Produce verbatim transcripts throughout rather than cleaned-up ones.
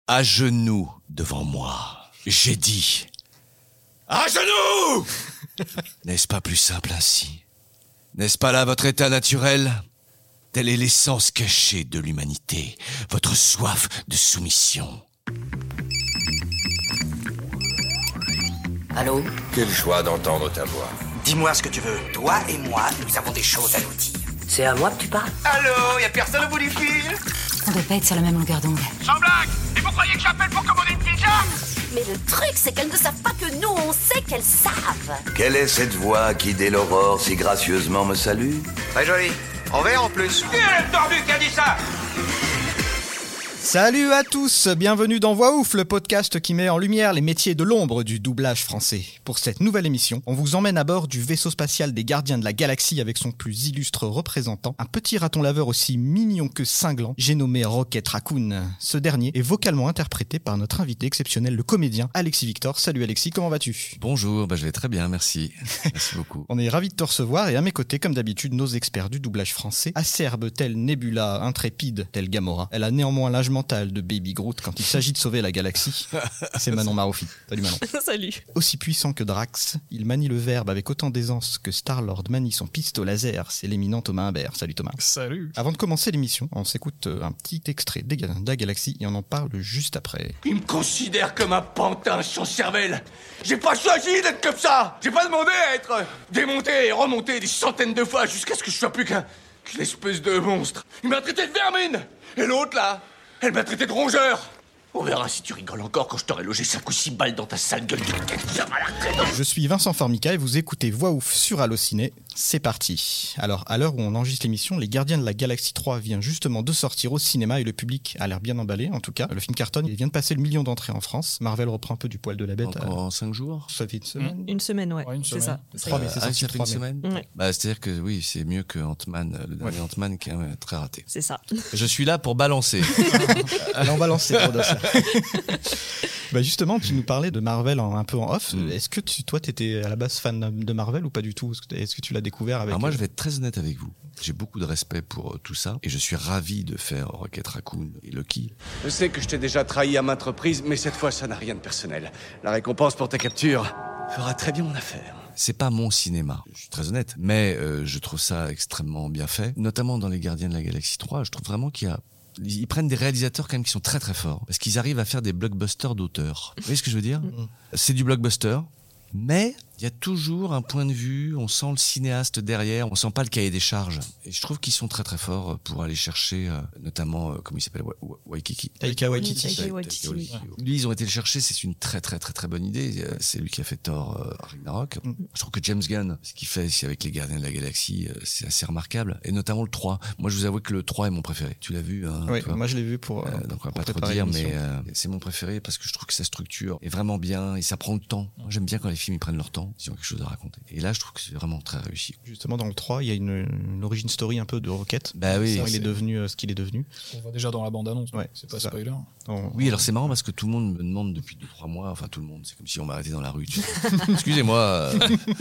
À genoux devant moi. J'ai dit... À genoux. N'est-ce pas plus simple ainsi? N'est-ce pas là votre état naturel? Telle est l'essence cachée de l'humanité, votre soif de soumission. Allô? Quel choix d'entendre ta voix. Dis-moi ce que tu veux. Toi et moi, nous avons des choses à nous dire. C'est à moi que tu parles? Allô? Y'a personne au bout du fil? On doit pas être sur la même longueur d'onde. Sans blague! Et vous croyez que j'appelle pour commander une pizza? Mais le truc, c'est qu'elles ne savent pas que nous, on sait qu'elles savent. Quelle est cette voix qui, dès l'aurore, si gracieusement me salue? Très joli. En vert en plus. Qui est le tordu qui a dit ça? Salut à tous, bienvenue dans Voix Ouf, le podcast qui met en lumière les métiers de l'ombre du doublage français. Pour cette nouvelle émission, on vous emmène à bord du vaisseau spatial des Gardiens de la Galaxie avec son plus illustre représentant, un petit raton laveur aussi mignon que cinglant, j'ai nommé Rocket Raccoon. Ce dernier est vocalement interprété par notre invité exceptionnel, le comédien Alexis Victor. Salut Alexis, comment vas-tu? Bonjour, bah je vais très bien, merci. Merci beaucoup. On est ravis de te recevoir et à mes côtés, comme d'habitude, nos experts du doublage français, acerbe telle Nebula, intrépide telle Gamora. Elle a néanmoins l'âge mental de Baby Groot quand il s'agit de sauver la galaxie. C'est Manon Marofi. Salut Manon. Salut. Aussi puissant que Drax, il manie le verbe avec autant d'aisance que Star-Lord manie son pistolet laser. C'est l'éminent Thomas Imbert. Salut Thomas. Salut. Avant de commencer l'émission, on s'écoute un petit extrait des Gardiens de la Galaxie et on en parle juste après. Il me considère comme un pantin sans cervelle. J'ai pas choisi d'être comme ça. J'ai pas demandé à être démonté et remonté des centaines de fois jusqu'à ce que je sois plus qu'un qu'une espèce de monstre. Il m'a traité de vermine. Et l'autre là, elle m'a traité de rongeur. On verra si tu rigoles encore quand je t'aurai logé cinq ou six balles dans ta sale gueule de ketchup à la retraite. Je suis Vincent Formica et vous écoutez Voix Ouf sur Allociné. C'est parti. Alors, à l'heure où on enregistre l'émission, Les Gardiens de la Galaxie trois vient justement de sortir au cinéma et le public a l'air bien emballé, en tout cas. Le film cartonne, il vient de passer le million d'entrées en France. Marvel reprend un peu du poil de la bête. Encore en cinq jours? Ça fait une semaine. Une semaine, ouais. Ouais, une c'est semaine. ça. trois mai, c'est Ah, sorti ça le fait une trois mai. semaine? Ouais. Bah, c'est-à-dire que oui, c'est mieux que Ant-Man, le dernier Ouais. Ant-Man qui est euh, très raté. C'est ça. Je suis là pour balancer. Allez, on va lancer pour de ça. Bah justement, tu nous parlais de Marvel en, un peu en off. Mm. Est-ce que tu, toi, tu étais à la base fan de Marvel ou pas du tout? Est-ce que, est-ce que tu l'as découvert avec... Alors moi, je vais être très honnête avec vous. J'ai beaucoup de respect pour euh, tout ça et je suis ravi de faire Rocket Raccoon et Loki. Je sais que je t'ai déjà trahi à maintes reprises, mais cette fois, ça n'a rien de personnel. La récompense pour ta capture fera très bien mon affaire. C'est pas mon cinéma, je suis très honnête, mais euh, je trouve ça extrêmement bien fait, notamment dans Les Gardiens de la Galaxie trois. Je trouve vraiment qu'il y a ils prennent des réalisateurs quand même qui sont très très forts parce qu'ils arrivent à faire des blockbusters d'auteur. Vous voyez ce que je veux dire? C'est du blockbuster, mais il y a toujours un point de vue, on sent le cinéaste derrière, on sent pas le cahier des charges. Et je trouve qu'ils sont très très forts pour aller chercher, euh, notamment, euh, comment il s'appelle, Wa- Wa- Waikiki. Taika Waititi. Taika Taika Waititi, oui. Waititi. Lui, ils ont été le chercher, c'est une très très très très bonne idée. Euh, C'est lui qui a fait Thor euh, Ragnarok. Mm. Je trouve que James Gunn, ce qu'il fait ici avec les Gardiens de la Galaxie, euh, c'est assez remarquable. Et notamment le trois. Moi, je vous avoue que le trois est mon préféré. Tu l'as vu, hein, Oui, toi moi je l'ai vu pour... Euh, donc on va pour pas trop préparer dire, l'émission. mais euh, c'est mon préféré parce que je trouve que sa structure est vraiment bien et ça prend le temps. Moi, j'aime bien quand les films ils prennent leur temps, ils ont quelque chose à raconter. Et là, je trouve que c'est vraiment très réussi. Justement, dans le trois, il y a une, une origin story un peu de Rocket. Bah oui, Comment il c'est- est devenu euh, ce qu'il est devenu. On voit déjà dans la bande-annonce, Ouais, c'est pas c'est ça. spoiler. On- Oui, alors c'est marrant parce que tout le monde me demande depuis deux trois mois, enfin tout le monde, c'est comme si on m'arrêtait dans la rue. tu sais. Excusez-moi. euh,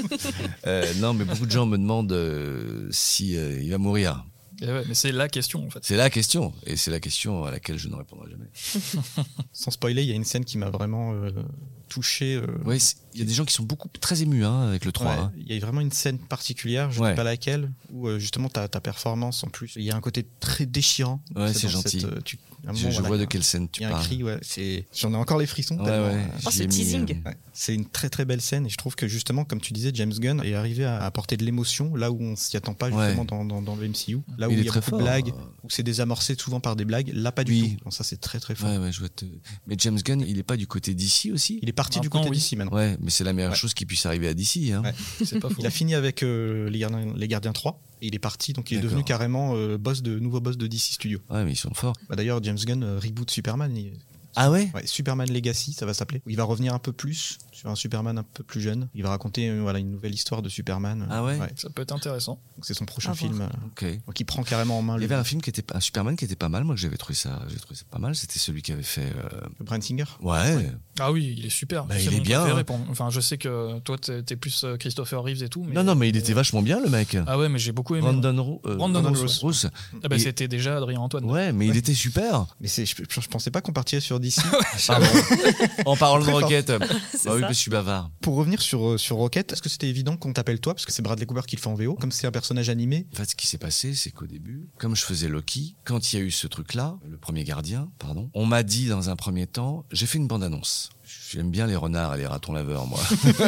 euh, non, mais beaucoup de gens me demandent euh, si euh, il va mourir. Et ouais, mais c'est la question en fait. C'est la question, et c'est la question à laquelle je ne répondrai jamais. Sans spoiler, il y a une scène qui m'a vraiment euh, touché. euh, Oui, il y a des gens qui sont beaucoup très émus hein, avec le trois. Ouais, hein. il y a vraiment une scène particulière, je ne Ouais. sais pas laquelle, où euh, justement ta, ta performance en plus, il y a un côté très déchirant. Ouais, C'est c'est dans gentil. cette, euh, tu- à un Je, moment, je voilà, vois il y de a- quelle scène tu Il y a un parles. cri, ouais, c'est... j'en ai encore les frissons. Ouais, tellement, ouais, euh, Oh, j'y c'est ai mis, teasing. euh, ouais. C'est une très très belle scène et je trouve que justement, comme tu disais, James Gunn est arrivé à apporter de l'émotion là où on s'y attend pas justement Ouais. dans, dans, dans le M C U. Là où Il il est y a très beaucoup fort. de blagues, où c'est désamorcé souvent par des blagues, là pas du Oui. tout. Donc ça c'est très très fort. Ouais, ouais, je vois te... Mais James Gunn, il est pas du côté d'ici aussi? Il est parti du Maintenant, côté oui. d'ici maintenant. Ouais, mais c'est la meilleure Ouais. chose qui puisse arriver à d'ici. Hein. Ouais. C'est pas faux. Il a fini avec euh, les, Gardiens, les Gardiens trois et il est parti, donc il est D'accord. devenu carrément euh, boss de, nouveau boss de D C Studios. Ouais, mais ils sont forts. Bah, d'ailleurs, James Gunn euh, reboot Superman. il- Ah ouais? Ouais, Superman Legacy, ça va s'appeler. Il va revenir un peu plus sur un Superman un peu plus jeune. Il va raconter euh, voilà, une nouvelle histoire de Superman. Ah ouais? Ça peut être intéressant. Donc c'est son prochain À voir. film. euh, Ok. donc il prend carrément en main Il y le, avait un film qui était un Superman qui était pas mal, moi que j'avais trouvé ça, j'ai trouvé ça pas mal. C'était celui qui avait fait. euh, le Bryan Singer. Ouais. Ah oui, il est super. Bah, C'est il est mon bien, préféré hein. pour- Enfin, je sais que toi, t'es t'es plus euh, Christopher Reeves et tout. Mais Non, non, mais il était vachement bien le mec. Ah ouais, mais j'ai beaucoup aimé. Brandon, Ro- euh, Brandon Rousse. Rousse. Rousse. Ah bah, Et- c'était déjà Adrien Antoine. Ouais, mais il était super. Mais c'est, je, je pensais pas qu'on partirait sur sortir d'ici. Pardon. En parlant de Très fort. Rocket, bah C'est oui, ça. mais je suis bavard. Pour revenir sur, sur Rocket, est-ce que c'était évident qu'on t'appelle toi? Parce que c'est Bradley Cooper qui le fait en V O. Comme c'est un personnage animé. En fait, ce qui s'est passé, c'est qu'au début, comme je faisais Loki, quand il y a eu ce truc-là, le premier gardien, pardon, on m'a dit dans un premier temps, j'ai fait une bande-annonce. J'aime bien les renards et les ratons laveurs, moi.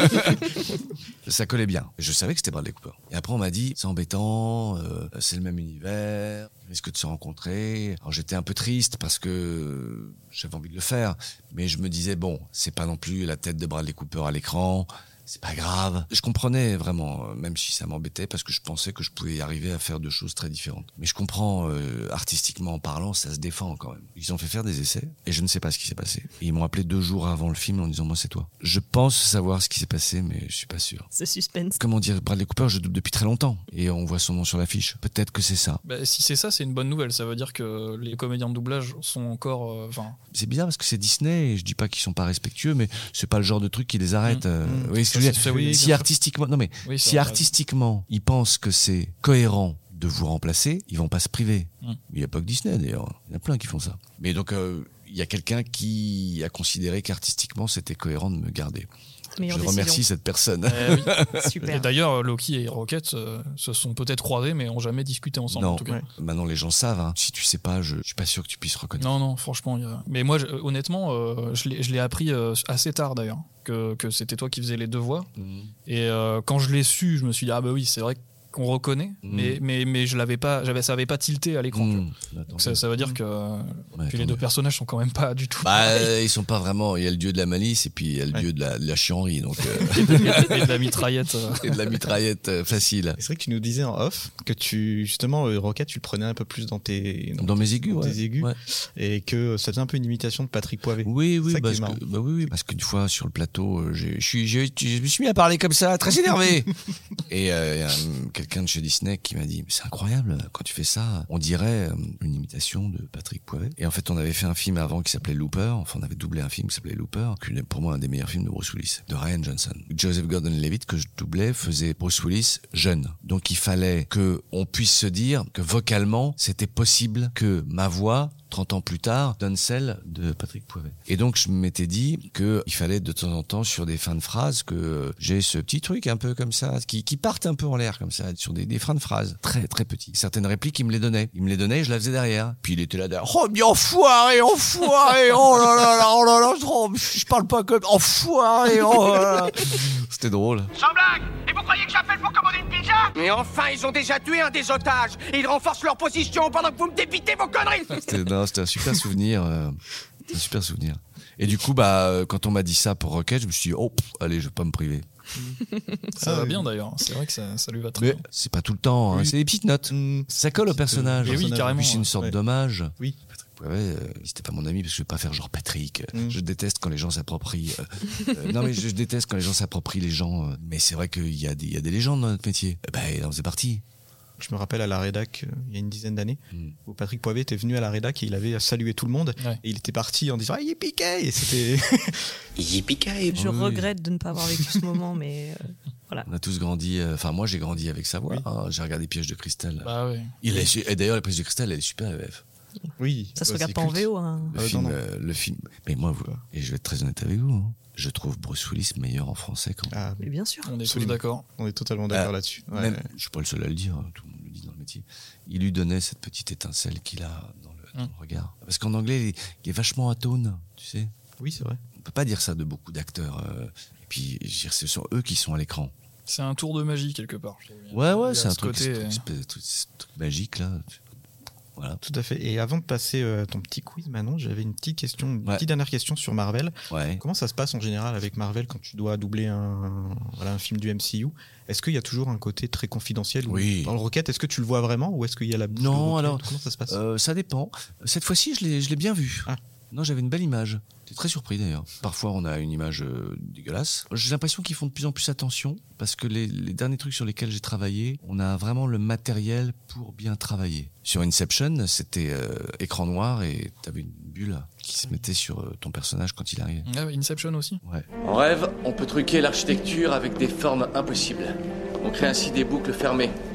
Ça collait bien. Je savais que c'était Bradley Cooper. Et après, on m'a dit, c'est embêtant, euh, c'est le même univers, risque de se rencontrer. Alors, j'étais un peu triste parce que j'avais envie de le faire. Mais je me disais, bon, c'est pas non plus la tête de Bradley Cooper à l'écran. C'est pas grave. Je comprenais vraiment, euh, même si ça m'embêtait, parce que je pensais que je pouvais y arriver à faire deux choses très différentes. Mais je comprends, euh, artistiquement en parlant, ça se défend quand même. Ils ont fait faire des essais, et je ne sais pas ce qui s'est passé. Et ils m'ont appelé deux jours avant le film en disant, moi c'est toi. Je pense savoir ce qui s'est passé, mais je suis pas sûr. C'est suspense. Comment dire, Bradley Cooper, je double depuis très longtemps, et on voit son nom sur l'affiche. Peut-être que c'est ça. Bah, si c'est ça, c'est une bonne nouvelle. Ça veut dire que les comédiens de doublage sont encore. Enfin. Euh, c'est bizarre parce que c'est Disney, et je dis pas qu'ils sont pas respectueux, mais c'est pas le genre de truc qui les arrête. Mmh. Euh, Mmh. oui, ce que je veux dire. Fait, oui, si artistiquement, non mais oui, si artistiquement ils pensent que c'est cohérent de vous remplacer, ils vont pas se priver. Mmh. Il n'y a pas que Disney d'ailleurs, il y en a plein qui font ça. Mais donc euh, il y a quelqu'un qui a considéré qu'artistiquement c'était cohérent de me garder. Meilleure je décision. remercie cette personne. Eh oui. Super. Et d'ailleurs, Loki et Rocket euh, se sont peut-être croisés, mais ont jamais discuté ensemble Non, en tout cas. ouais. Maintenant les gens savent. Hein. Si tu sais pas, je, je suis pas sûr que tu puisses reconnaître. Non, non, franchement, il y a... mais moi, je, honnêtement, euh, je l'ai je l'ai appris euh, assez tard d'ailleurs, que, que c'était toi qui faisais les deux voix. Mmh. Et euh, quand je l'ai su, je me suis dit ah bah oui, c'est vrai qu'on reconnaît, mmh. mais mais mais je l'avais pas, j'avais ça avait pas tilté à l'écran. Mmh. Donc ça, ça veut dire que, ouais, que les deux personnages sont quand même pas du tout. Bah, euh, ils sont pas vraiment. Il y a le dieu de la malice et puis il y a le ouais. dieu de la, de la chiennerie, donc. Euh... et, de, et de la mitraillette. Euh... Et de la mitraillette euh, facile. C'est vrai que tu nous disais en off que tu justement euh, Rocket, tu le prenais un peu plus dans tes dans, dans mes aigus, dans ouais. tes aigus, ouais. et que ça faisait un peu une imitation de Patrick Poivet. Oui, oui, parce que, bah oui, oui, parce qu'une fois sur le plateau, je suis, je me suis mis à parler comme ça, très énervé. Et il euh, y a quelqu'un de chez Disney qui m'a dit, c'est incroyable, quand tu fais ça, on dirait une imitation de Patrick Poivet. Et en fait, on avait fait un film avant qui s'appelait Looper, enfin on avait doublé un film qui s'appelait Looper, qui est pour moi un des meilleurs films de Bruce Willis, de Rian Johnson. Joseph Gordon-Levitt, que je doublais, faisait Bruce Willis jeune. Donc il fallait que on puisse se dire que vocalement, c'était possible que ma voix, trente ans plus tard, donne celle de Patrick Poivet. Et donc je m'étais dit qu'il fallait de temps en temps, sur des fins de phrases, que j'ai ce petit truc un peu comme ça, qui, qui partent un peu en l'air comme ça, sur des, des fins de phrases, très très petits. Certaines répliques, il me les donnait. Il me les donnait et je la faisais derrière. Puis il était là derrière. Oh, bien enfoiré, enfoiré, oh là là là, oh là là, oh, je parle pas comme enfoiré, oh là là. C'était drôle. Sans blague. Et vous croyez que j'appelle pour commander une pizza? Mais enfin, ils ont déjà tué un des otages. Et ils renforcent leur position pendant que vous me débitez vos conneries. C'était, non, c'était un super souvenir. Euh, un super souvenir. Et du coup, bah, quand on m'a dit ça pour Rocket, je me suis dit, oh, pff, allez, je vais pas me priver. Ça ah, va oui. bien d'ailleurs, c'est vrai que ça, ça lui va très mais bien. C'est pas tout le temps, hein. Oui. C'est des petites notes. Mmh. Ça colle au personnage. Et oui, carrément. Puis c'est une sorte ouais. d'hommage. Oui. Ouais, euh, c'était pas mon ami parce que je vais pas faire genre Patrick. Mmh. Je déteste quand les gens s'approprient. Euh, euh, non mais je, je déteste quand les gens s'approprient les gens. Euh, mais c'est vrai qu'il y a des, il y a des légendes dans notre métier. Eh ben, c'est parti. Je me rappelle à la rédac, euh, il y a une dizaine d'années, mmh. où Patrick Poivet était venu à la rédac et il avait salué tout le monde. Ouais. Et il était parti en disant ah, yippee-ki! Et c'était. Yippee-ki! Je oui. regrette de ne pas avoir vécu ce moment, mais euh, voilà. On a tous grandi. Enfin, euh, moi, j'ai grandi avec sa voix. Oui. Hein, j'ai regardé Piège de cristal. Bah, oui. Il est, et d'ailleurs, la Piège de cristal, elle est super, la V F. Oui. Ça se regarde pas culte. En V O. Hein. Le, euh, film, non, non. Euh, le film. Mais moi, vous, et je vais être très honnête avec vous. Hein. Je trouve Bruce Willis meilleur en français quand ah, mais bien sûr. On est tous d'accord. On est totalement d'accord euh, là-dessus. Ouais. Même, je suis pas le seul à le dire, tout le monde le dit dans le métier. Il lui donnait cette petite étincelle qu'il a dans le, dans hum. le regard. Parce qu'en anglais, il est, il est vachement atone, tu sais. Oui, c'est vrai. On peut pas dire ça de beaucoup d'acteurs. Euh, et puis, ce sont eux qui sont à l'écran. C'est un tour de magie quelque part. Ouais, ouais, c'est un truc, côté, c'est un truc, truc, truc magique là. Voilà. Tout à fait. Et avant de passer euh, ton petit quiz, Manon, j'avais une petite question, une ouais. petite dernière question sur Marvel. Ouais. Comment ça se passe en général avec Marvel quand tu dois doubler un, un, voilà, un film du M C U? Est-ce qu'il y a toujours un côté très confidentiel? Oui. Dans le Rocket, est-ce que tu le vois vraiment ou est-ce qu'il y a la bouche Non, alors. Comment ça se passe? euh, Ça dépend. Cette fois-ci, je l'ai, je l'ai bien vu. Ah. Non, j'avais une belle image. J'étais très surpris d'ailleurs. Parfois, on a une image euh, dégueulasse. J'ai l'impression qu'ils font de plus en plus attention parce que les, les derniers trucs sur lesquels j'ai travaillé, on a vraiment le matériel pour bien travailler. Sur Inception, c'était euh, écran noir et t'avais une bulle qui se mettait sur euh, ton personnage quand il arrivait. Ah, Inception aussi. Ouais. En rêve, on peut truquer l'architecture avec des formes impossibles. On crée ainsi des boucles fermées.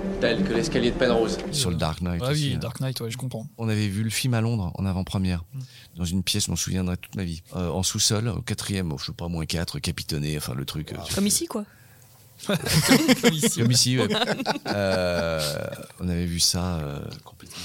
tel que l'escalier de Penrose. Sur le Dark Knight Ah aussi, oui, hein. Dark Knight, ouais, je comprends. On avait vu le film à Londres en avant-première, dans une pièce, je m'en souviendrai toute ma vie, euh, en sous-sol, au quatrième, oh, je sais pas, moins quatre, capitonné, enfin le truc. euh, tu- Comme ici, quoi. comme, comme ici. Comme ici, ouais. Euh, on avait vu ça euh, complètement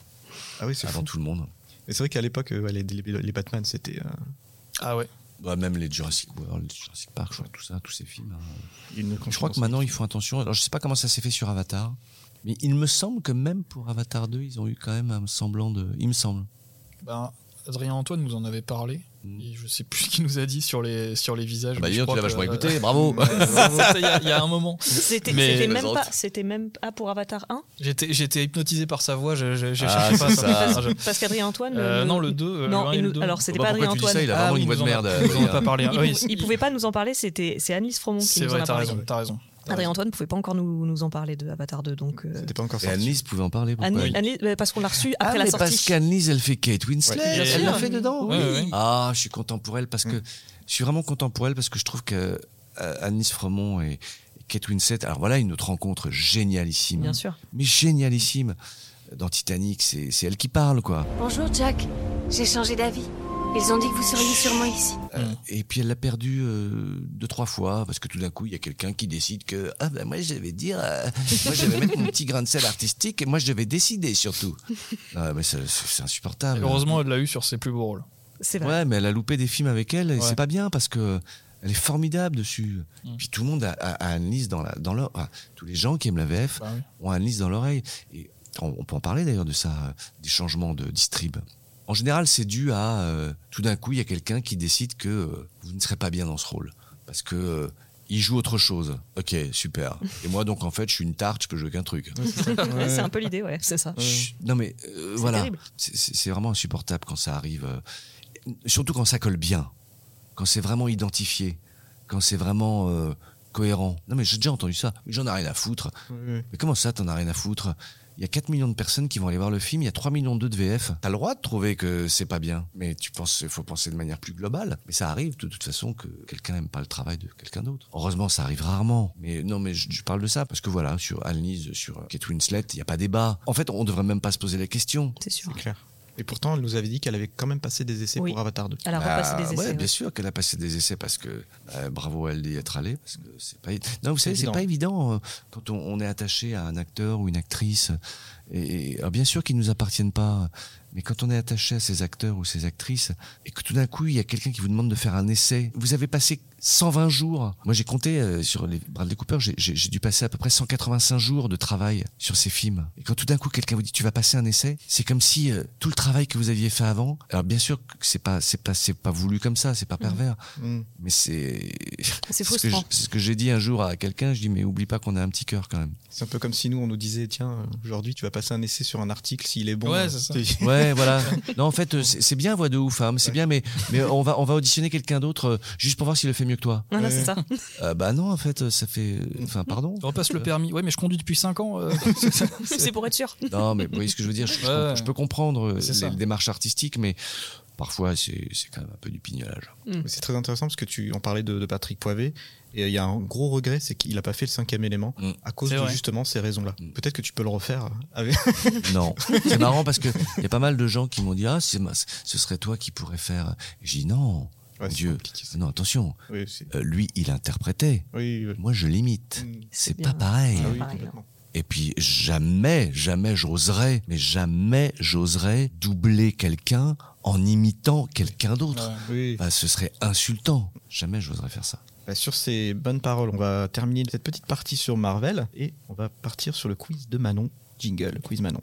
Ah oui, c'est avant fou. tout le monde. Et c'est vrai qu'à l'époque, euh, ouais, les, les, les Batman, c'était. euh, Ah ouais. Bah, même les Jurassic World, les Jurassic Park, je crois, tout ça, tous ces films. hein. une Je crois que concurrence. maintenant ils font attention. Alors je sais pas comment ça s'est fait sur Avatar, mais il me semble que même pour Avatar deux, ils ont eu quand même un semblant de. Il me semble. Ben, Adrien Antoine nous en avait parlé. Mm. Et je sais plus ce qu'il nous a dit sur les, sur les visages. Ah bah, mais dis je donc, tu crois l'as vachement que- écouté, bravo. C'était il y, a- il y a un moment. C'était Mais- c'était même Présente. pas. C'était même pas pour Avatar un. J'étais, j'étais hypnotisé par sa voix, je, je, je Ah, cherchais pas c'est ça. ça. Je- Parce qu'Adrien Antoine. Euh, euh, non, le deux. euh, Non, le un et il le nous- deux. alors c'était Bah, pas pourquoi Adrien tu dis Antoine. ça, il a Ah vraiment oui, une il voix nous de en a- merde. il nous en a euh, pas parlé. Il, Oui, pou- il pouvait pas nous en parler, c'était c'est Anis Fromont qui c'est nous vrai, en a t'as parlé. raison, t'as raison. T'as Adrien raison. Antoine pouvait pas encore nous, nous en parler de Avatar deux, donc. euh, C'était pas encore Et sorti. Annelise pouvait en parler. Pourquoi Annie- Annie- bah, parce qu'on l'a reçu après ah, la mais sortie. parce qu'Annelise, elle fait Kate Winslet. Ouais, bien elle l'a sûr. fait dedans. Oui, oui. Ah, je suis content pour elle parce que je suis vraiment content pour elle parce que je trouve que euh, Annelise Fromont et, et Kate Winslet. Alors voilà une autre rencontre génialissime. Bien sûr. Mais génialissime. Dans Titanic, c'est c'est elle qui parle, quoi. Bonjour Jack, j'ai changé d'avis. Ils ont dit que vous seriez sûrement ici. Euh, et puis elle l'a perdu euh, deux trois fois parce que tout d'un coup il y a quelqu'un qui décide que ah ben moi je vais dire euh, moi je vais mettre mon petit grain de sel artistique et moi je vais décider surtout. Ah, mais c'est c'est insupportable. Heureusement, elle l'a eu sur ses plus beaux rôles. C'est vrai. Ouais, mais elle a loupé des films avec elle et Ouais. c'est pas bien parce que elle est formidable dessus. Mm. Puis tout le monde a, a, a Annelise dans la dans leur enfin, tous les gens qui aiment la V F Bah oui. ont Annelise dans l'oreille et on, on peut en parler d'ailleurs de ça, euh, des changements de distrib. En général, c'est dû à euh, tout d'un coup, il y a quelqu'un qui décide que euh, vous ne serez pas bien dans ce rôle parce que euh, il joue autre chose. Ok, super. Et moi, donc en fait, je suis une tarte, je peux jouer qu'un truc. Ouais, c'est un peu l'idée, ouais, c'est ça. Chut, non mais euh, C'est voilà, terrible. c'est- c'est c'est vraiment insupportable quand ça arrive. euh, surtout quand ça colle bien, quand c'est vraiment identifié, quand c'est vraiment euh, cohérent. Non mais j'ai déjà entendu ça. J'en ai rien à foutre. Oui, oui. Mais comment ça, t'en as rien à foutre? Il y a quatre millions de personnes qui vont aller voir le film, il y a trois millions de V F. T'as le droit de trouver que c'est pas bien, mais tu penses, il faut penser de manière plus globale. Mais ça arrive de toute façon que quelqu'un n'aime pas le travail de quelqu'un d'autre. Heureusement, ça arrive rarement. Mais non, mais je, je parle de ça parce que voilà, sur Annelise, sur Kate Winslet, il n'y a pas débat. En fait, on devrait même pas se poser la question. C'est sûr. C'est clair. Et pourtant, elle nous avait dit qu'elle avait quand même passé des essais Oui. pour Avatar deux. Elle a Bah, repassé des essais. ouais, ouais. bien sûr qu'elle a passé des essais parce que euh, bravo à elle d'y être allée parce que c'est pas. Non, vous savez, c'est évident. pas évident euh, quand on, on est attaché à un acteur ou une actrice. Et, et alors, bien sûr qu'ils nous appartiennent pas, mais quand on est attaché à ces acteurs ou ces actrices et que tout d'un coup il y a quelqu'un qui vous demande de faire un essai, vous avez passé cent vingt jours. Moi, j'ai compté euh, sur les Bradley Cooper, j'ai- j'ai j'ai dû passer à peu près cent quatre-vingt-cinq jours de travail sur ces films. Et quand tout d'un coup quelqu'un vous dit tu vas passer un essai, c'est comme si euh, tout le travail que vous aviez fait avant. Alors bien sûr que c'est pas c'est pas c'est pas voulu comme ça, c'est pas pervers, Mm. mais c'est C'est ce que frustrant. je- c'est ce que j'ai dit un jour à quelqu'un. Je dis mais oublie pas qu'on a un petit cœur quand même. C'est un peu comme si nous, on nous disait tiens, euh, aujourd'hui, tu vas passer un essai sur un article, s'il est bon. Ouais, euh, c'est ça. t'es- Ouais, voilà. Non, en fait, euh, c'est c'est bien voix de ouf, hein, mais c'est bien, mais mais on va on va auditionner quelqu'un d'autre euh, juste pour voir s'il le fait mieux que toi. Voilà, Ouais. c'est ça. Euh, bah non, en fait, ça fait. Enfin, pardon. Je repasse le permis. Ouais, mais je conduis depuis cinq ans. euh, C'est pour être sûr. Non, mais vous voyez ce que je veux dire. Je, je Ouais. peux, je peux comprendre euh, C'est les ça. démarches artistiques, mais parfois c'est c'est quand même un peu du pignolage. Mais c'est très intéressant parce que tu en parlais de, de Patrick Poivet et euh, il y a un gros regret, c'est qu'il a pas fait le cinquième élément Mm. à cause C'est de vrai. justement ces raisons-là. Mm. Peut-être que tu peux le refaire avec. Non, c'est marrant parce que il y a pas mal de gens qui m'ont dit ah c'est ma- ce serait toi qui pourrais faire. Et j'ai dit non, Ouais, c'est Dieu, compliqué, ça. non attention. Oui, c'est- Euh, lui, il interprétait. oui, oui. Moi, je l'imite. Mm. C'est bien. pas pareil. Ah oui, pareil, complètement. Et puis jamais, jamais j'oserais, mais jamais j'oserais doubler quelqu'un en imitant quelqu'un d'autre. Oui. Bah, ce serait insultant. Jamais j'oserais faire ça. Bah, sur ces bonnes paroles, on va terminer cette petite partie sur Marvel et on va partir sur le quiz de Manon. Jingle, quiz Manon.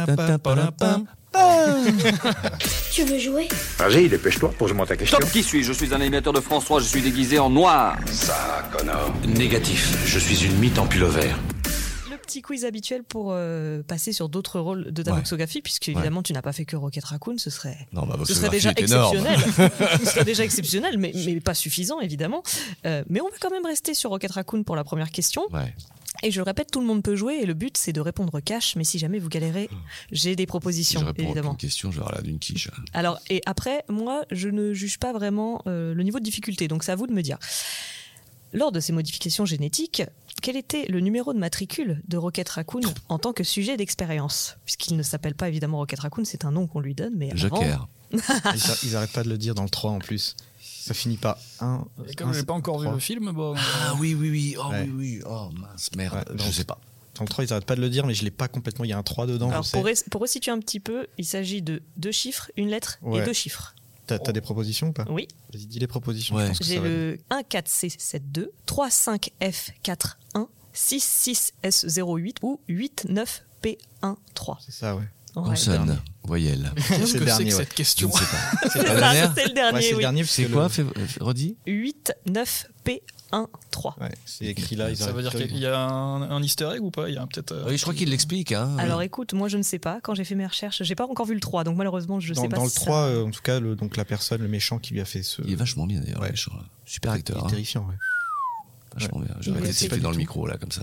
Tu veux jouer? Vas-y, dépêche-toi, pose-moi ta question. Stop, qui suis-je? Je suis un animateur de François, je suis déguisé en noir. Ça, Connor. Négatif, je suis une mythe en pull-over. Le petit quiz habituel pour euh, passer sur d'autres rôles de ta Ouais. voxographie, puisque évidemment tu n'as pas fait que Rocket Raccoon, ce serait, Non, ma ce serait voxographie déjà est énorme. exceptionnel. Ce serait déjà exceptionnel, mais, mais pas suffisant évidemment. Euh, mais on va quand même rester sur Rocket Raccoon pour la première question. Ouais. Et je le répète, tout le monde peut jouer et le but c'est de répondre cash, mais si jamais vous galérez, j'ai des Si propositions je réponds à évidemment. une question, je vais avoir l'air d'une quiche. Alors, et après, moi, je ne juge pas vraiment euh, le niveau de difficulté, donc c'est à vous de me dire. Lors de ces modifications génétiques, quel était le numéro de matricule de Rocket Raccoon en tant que sujet d'expérience ? Puisqu'il ne s'appelle pas évidemment Rocket Raccoon, c'est un nom qu'on lui donne, mais Joker. Avant... ils, a, ils arrêtent pas de le dire dans le trois en plus. Ça finit par un. Et comme j'ai pas encore vu le film, bon. Ah oui, oui, oui. Oh Ouais. oui, oui. Oh mince, merde. Ouais, je donc- sais pas. Dans le trois, ils arrêtent pas de le dire, mais je l'ai pas complètement. Il y a un trois dedans. Alors je sais. pour, res- pour resituer un petit peu, il s'agit de deux chiffres, une lettre Ouais. et deux chiffres. T'as, t'as des propositions ou pas ? Oui. Vas-y, dis les propositions. Ouais. Je pense que J'ai ça va le un quatre C sept deux, trois cinq F quatre un, six six S zéro huit ou huit neuf P un trois. C'est ça, ouais. Ouais. Consonne, voyelle. Qu'est-ce C'est que le dernier, c'est que ouais. cette question? Je ne sais pas. C'est la ça, dernière c'est le dernier, Ouais, c'est le oui. dernier. parce C'est que quoi le- fais, redis huit neuf P un trois. Ouais, c'est écrit là. Ils Ça veut arrêtent dire pas de- qu'il y a un, un easter egg ou pas? Il y a peut-être. euh, Oui, je crois qu'il l'explique. Hein. Alors écoute, moi je ne sais pas, quand j'ai fait mes recherches, j'ai pas encore vu le trois, donc malheureusement je Dans, sais pas dans le si ça- trois, euh, en tout cas, le, donc la personne, le méchant qui lui a fait ce. Il est vachement bien d'ailleurs. Ouais. le méchant, là. Super Il est acteur. Hein. terrifiant, ouais. Vachement bien. Ouais, J'aurais été c'est pas sifflé du dans le tout. micro là comme ça.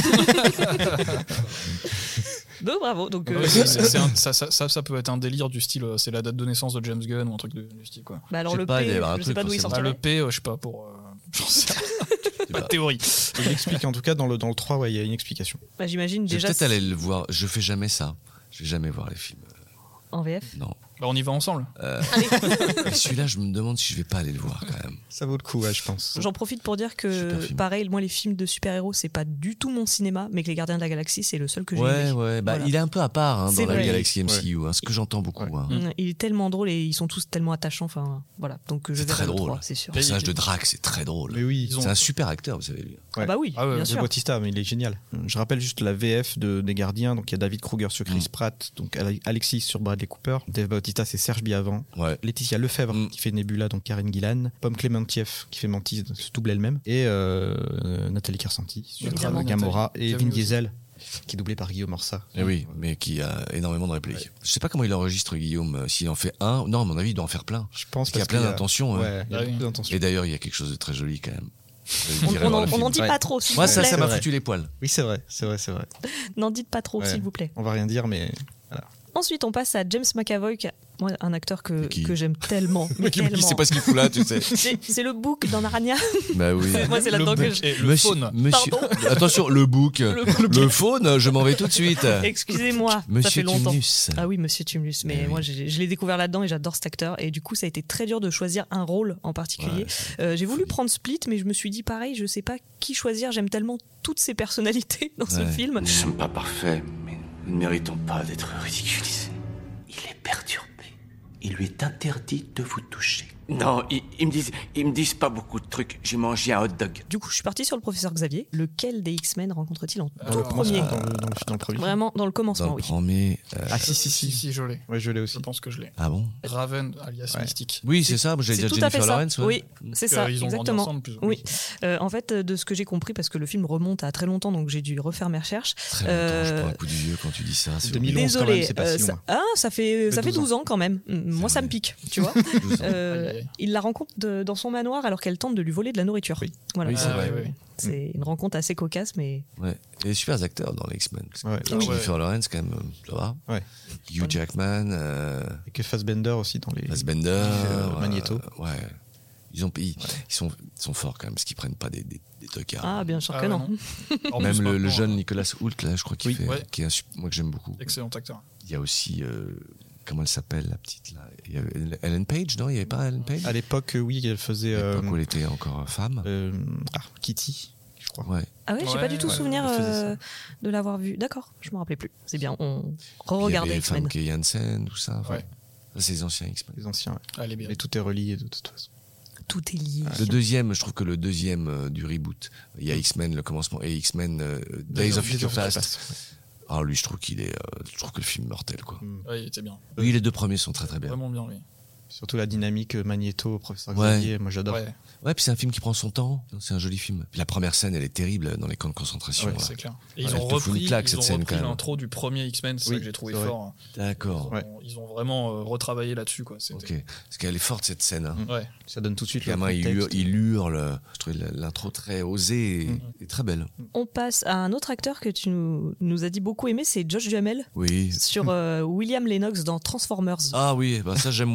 Donc bravo, donc euh, Ouais, c'est- c'est- c'est un- ça, ça, ça, ça peut être un délire du style, euh, c'est la date de naissance de James Gunn ou un truc de- du style quoi. bah alors Je sais le pas, il P, doit y avoir un je sais truc, pas d'où il forcément. Ah, sortirait. le P, euh, je sais pas pour. euh, J'en sais rien. Pas de théorie. Il explique en tout cas dans le, dans le trois, ouais, il y a une explication. Bah, j'imagine Je vais déjà peut-être aller le voir. Je fais jamais ça. Je vais jamais voir les films. en V F. Non. Bah, on y va ensemble. Euh, mais celui-là, je me demande si je vais pas aller le voir quand même. Ça vaut le coup, ouais, je pense. J'en profite pour dire Super que film. pareil, moi les films de super-héros c'est pas du tout mon cinéma, mais que les Gardiens de la Galaxie c'est le seul que j'ai Ouais, aimé. ouais. Bah, Voilà. il est un peu à part hein, C'est dans la vrai. galaxie M C U. Ouais. Hein, ce que j'entends beaucoup. Hein. Mm, Il est tellement drôle et ils sont tous tellement attachants. Enfin, voilà. Donc je C'est verrai très le drôle. trois, c'est sûr. Le personnage de Drax, c'est très drôle. Mais oui, Ils ont- C'est un super acteur, vous savez. Lui. Ah bah oui, Ah ouais, bien de sûr. De Bautista, mais il est génial. Je rappelle juste la V F de, des Gardiens. Donc il y a David Kruger sur Chris Mm. Pratt, donc Ale- Alexis sur Bradley Cooper. Dave Bautista, c'est Serge Biavant. Ouais. Laetitia Lefebvre Mm. qui fait Nebula, donc Karen Gillan. Pomme Clémentieff qui fait Mantis, se double elle-même. Et euh, euh, Nathalie Kersanti sur Évidemment. euh, Gamora. Nathalie, Et qui a Vin vu aussi. Diesel qui est doublé par Guillaume Orsa. Et oui, mais qui a énormément de répliques. Je sais pas comment il enregistre Guillaume. euh, S'il en fait un, non, à mon avis, il doit en faire plein. Je pense Parce qu'il y a parce plein qu'il d'intentions. hein. Ouais, il y a Ah oui. beaucoup d'intentions. Et d'ailleurs, il y a quelque chose de très joli quand même. On- J'irai on voir en- le on film. n'en dit Ouais. pas trop, s'il Moi, vous ça, plaît. ça m'a C'est vrai. foutu les poils. Oui, c'est vrai, c'est vrai, c'est vrai. N'en dites pas trop, Ouais. s'il vous plaît. On va rien dire, mais voilà. Ensuite, on passe à James McAvoy, qui- moi, un acteur que, Qui que j'aime tellement. mais Il tellement. sait pas ce qu'il fout là, tu sais. C'est c'est le bouc dans Narnia. Bah oui. Moi, c'est là-dedans que je. Et le Monsieur, faune. monsieur- Pardon. Attention, le bouc. Le, faune, je m'en vais tout de suite. Excusez-moi, ça fait Monsieur longtemps. Tumnus. Ah oui, Monsieur Tumnus. Mais Eh moi, oui. j'ai- je l'ai découvert là-dedans et j'adore cet acteur. Et du coup, ça a été très dur de choisir un rôle en particulier. Ouais, c'est- Euh, j'ai voulu prendre Split, mais je me suis dit pareil, je sais pas qui choisir. J'aime tellement toutes ces personnalités dans ce Ouais. film. Nous ne sommes pas parfaits, mais nous ne méritons pas d'être ridiculisés. Il est perturbé. Il lui est interdit de vous toucher. Non, ils, ils me disent, ils me disent pas beaucoup de trucs. J'ai mangé un hot dog. Du coup, je suis partie sur le professeur Xavier. Lequel des X-Men rencontre-t-il en tout Alors, premier Dans le, dans le- dans le premier film. Vraiment, dans le Dans commencement, le oui. premier. euh, Ah si, si, Si, si. si, je l'ai. Ouais, je l'ai aussi. Je pense que je l'ai. Ah bon Raven, alias Ouais. Mystique. Oui, c'est ça. J'allais C'est dire tout à fait Jennifer ça. Lawrence. ouais. Oui, c'est ça, Euh, ils ont grandi exactement. ensemble, plus ou moins. Oui. Euh, en fait, de ce que j'ai compris, parce que le film remonte à très longtemps, donc j'ai dû refaire mes recherches. Très longtemps, je Euh, prends un coup du vieux quand tu dis ça. c'est deux mille onze, horrible. quand même, Désolé, c'est pas si ça, loin. ah, ça fait ça fait douze ans. douze ans quand même. Moi, ça vrai. me pique, tu vois. douze ans. Euh, Aïe, aïe. il la rencontre de- dans son manoir alors qu'elle tente de lui voler de la nourriture. Oui. Voilà. Oui, c'est Ah, vrai. ouais, ouais. C'est une rencontre assez cocasse, mais Ouais. Il y a des super acteurs dans les X-Men. Ouais. Ah ouais. Jennifer Lawrence, quand même, euh, ça va. Ouais. Hugh Jackman, euh, Et que Fassbender aussi dans les. Fassbender, Euh, euh, Magneto. Ouais. Ils, ont, ils, ils sont, ils sont forts quand même, parce qu'ils prennent pas des, des, des tocards. ah bien sûr Ah que ouais, non. non. En Même plus, le, le maintenant, jeune euh, Nicolas Hoult, là, je crois qu'il Oui, fait, ouais. qui est un sup- moi que j'aime beaucoup. Excellent acteur. Il y a aussi, euh, comment elle s'appelle, la petite là Il y avait Ellen Page, non Il n'y avait pas Ellen Page À l'époque, euh, oui, elle faisait. À euh, l'époque où elle était encore femme. euh, ah, Kitty, je crois. Ouais. Ah ouais, j'ai Ouais, pas du tout ouais, souvenir elle faisait ça. euh, de l'avoir vu. D'accord, je me rappelais plus. C'est bien, on Puis re-regardait il y avait X-Men. Famke Janssen, tout ça. Enfin, Ouais. ça, c'est les anciens X-Men. Les anciens. Ouais. Allez bien. Mais tout est relié de toute façon. Tout est lié. Le deuxième, je trouve que le deuxième euh, du reboot, il y a X-Men, le commencement, et X-Men euh, Days of Future Past. Ah, lui, je trouve qu'il est, euh, je trouve que le film est mortel, quoi. Ouais, il était bien. Oui, les deux premiers sont très très bien. Vraiment bien, oui. Surtout la dynamique euh, Magneto, professeur Ouais. Xavier, moi j'adore. Ouais, Ouais, puis c'est un film qui prend son temps. C'est un joli film. Puis la première scène, elle est terrible dans les camps de concentration. ouais, là. c'est clair. Et Ouais, ils elle ont te fout une repris, claque, ils cette ont scène, repris quand même. l'intro du premier X-Men, c'est Oui, ça que j'ai trouvé c'est vrai. fort. D'accord. Ouais. Ils ont vraiment euh, retravaillé là-dessus, quoi. C'était- Ok. Parce qu'elle est forte cette scène. Hein. Ouais. Ça donne tout de suite Le le gamin, il contexte. hurle, il hurle. Je trouvais l'intro très osée et, Mm. et très belle. On passe à un autre acteur que tu nous, nous as dit beaucoup aimer, c'est Josh Duhamel Oui. sur euh, William Lennox dans Transformers. Ah oui, bah ça j'aime moins ça.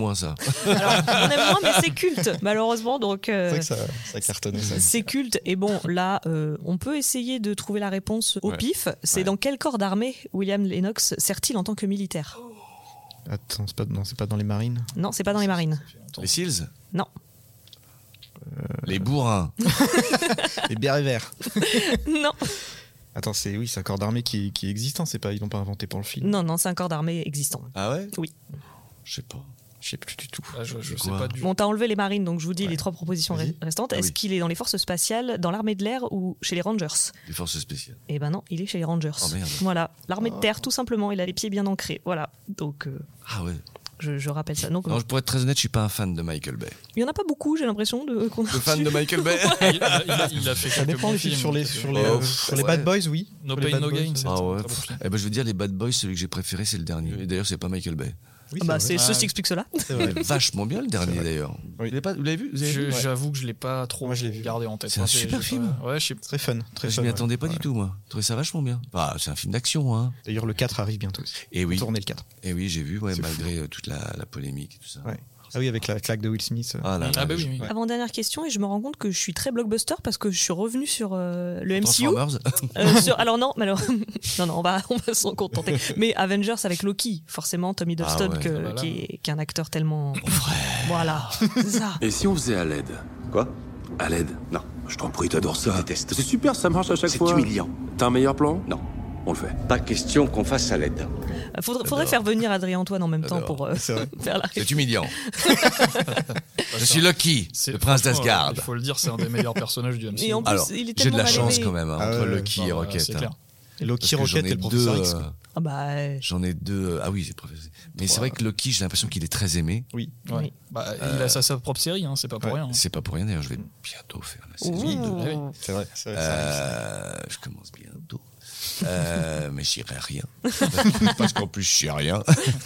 Alors, on aime moins, mais c'est culte, malheureusement. Donc, euh, C'est vrai que ça, ça cartonnait. Ça. C'est culte. Et bon, là, euh, on peut essayer de trouver la réponse au Ouais. pif. C'est Ouais. dans quel corps d'armée William Lennox sert-il en tant que militaire? Attends, c'est pas, non, c'est pas dans les marines. Non, c'est pas dans les marines. Les Seals? Non. Les bourrins? Les bérets verts. Non. Attends, c'est oui, c'est un corps d'armée qui, qui est existant, c'est pas, ils l'ont pas inventé pour le film. Non, non, c'est un corps d'armée existant. Ah ouais? Oui. Je sais pas. Je sais plus du tout. Ah, je je C'est sais quoi pas du Bon, t'as enlevé les marines, donc je vous dis les trois propositions Vas-y. re- restantes. Ah Est-ce oui. qu'il est dans les forces spatiales, dans l'armée de l'air ou chez les Rangers? Les forces spéciales. Eh ben non, il est chez les Rangers. Oh, merde. Voilà, l'armée de terre, tout simplement. Il a les pieds bien ancrés. Voilà. Donc, euh, Ah ouais. je, je rappelle ça. Donc, Non, pour être très honnête, je suis pas un fan de Michael Bay. il y en a pas beaucoup, j'ai l'impression, de qu'on a Le fan reçu. de Michael Bay? il, a, il a- il a fait Ça quelques dépend bons les films films. sur les quelques- sur les, Oh, euh, sur les ouais. Bad Boys, oui. No Sur les Pain, Bad No Boys. Gain, c'est Ah un ouais. très bon film. Eh ben, je veux dire, les Bad Boys, celui que j'ai préféré, c'est le dernier. Et d'ailleurs, c'est pas Michael Bay. Oui, Ah bah, c'est c'est vrai. ceci explique cela. C'est Il vrai. est vachement bien le dernier vrai. d'ailleurs. Oui. Vous l'avez pas- vous l'avez vu? Vous avez Je- vu Ouais. J'avoue que je l'ai pas trop Moi, je l'ai vu. gardé en tête. C'est un Enfin, super j'ai film. pas- Ouais, je sais Très fun, très Je fun. m'y ouais. attendais pas Ouais. du tout, moi. Je trouvais ça vachement bien. Bah, c'est un film d'action, hein. D'ailleurs, le quatre arrive bientôt aussi. Et oui. Tourner le quatre. Et oui, j'ai vu, ouais, C'est malgré euh, toute la, la polémique et tout ça. Ouais. Ah oui, avec la claque de Will Smith. euh. Ah là, Ah là, bah je- oui, oui. Avant-dernière question, et je me rends compte que je suis très blockbuster parce que je suis revenu sur euh, le M C U. Transformers. Euh, sur- alors non, mais alors, non, non, on va, on va s'en contenter. Mais Avengers avec Loki, forcément, Tommy Hiddleston, Ah ouais. que- Ah bah là. qui, est, qui est un acteur tellement... Voilà, c'est ça. Et si on faisait à l'aide? Quoi? À l'aide? Non. Je t'en prie, t'adores ça. Je déteste. C'est super, ça marche à chaque C'est fois. humiliant. T'as un meilleur plan? Non. On le fait. Pas question qu'on fasse à l'aide. Faudrait, faudrait faire venir Adrien Antoine en même temps J'adore. pour euh, C'est vrai. faire la C'est humiliant. Je suis Lucky, C'est- le prince franchement, d'Asgard. Il faut le dire, c'est un des meilleurs personnages du M C U. Et en plus, Alors, il est j'ai de tellement la mal chance aimé. quand même hein, Ah entre ouais, Lucky Non, et bah, Rocket. c'est hein. clair. Et Loki, Parce que Rocket j'en et ai le professeur deux, X. euh, quoi. Ah bah, euh, J'en ai deux. euh, Ah oui, c'est professeur. Mais c'est vrai que Lucky, j'ai l'impression qu'il est très aimé. Oui. Ouais. Oui. Bah, il a sa, sa propre série, hein, c'est pas pour Ouais. rien. hein. C'est pas pour rien d'ailleurs, je vais bientôt faire la saison Ouh. deux. Ouais. C'est vrai. c'est vrai, ça arrive, ça. Euh, je commence bientôt. Euh, mais j'irai rien. Parce qu'en plus, je sais rien.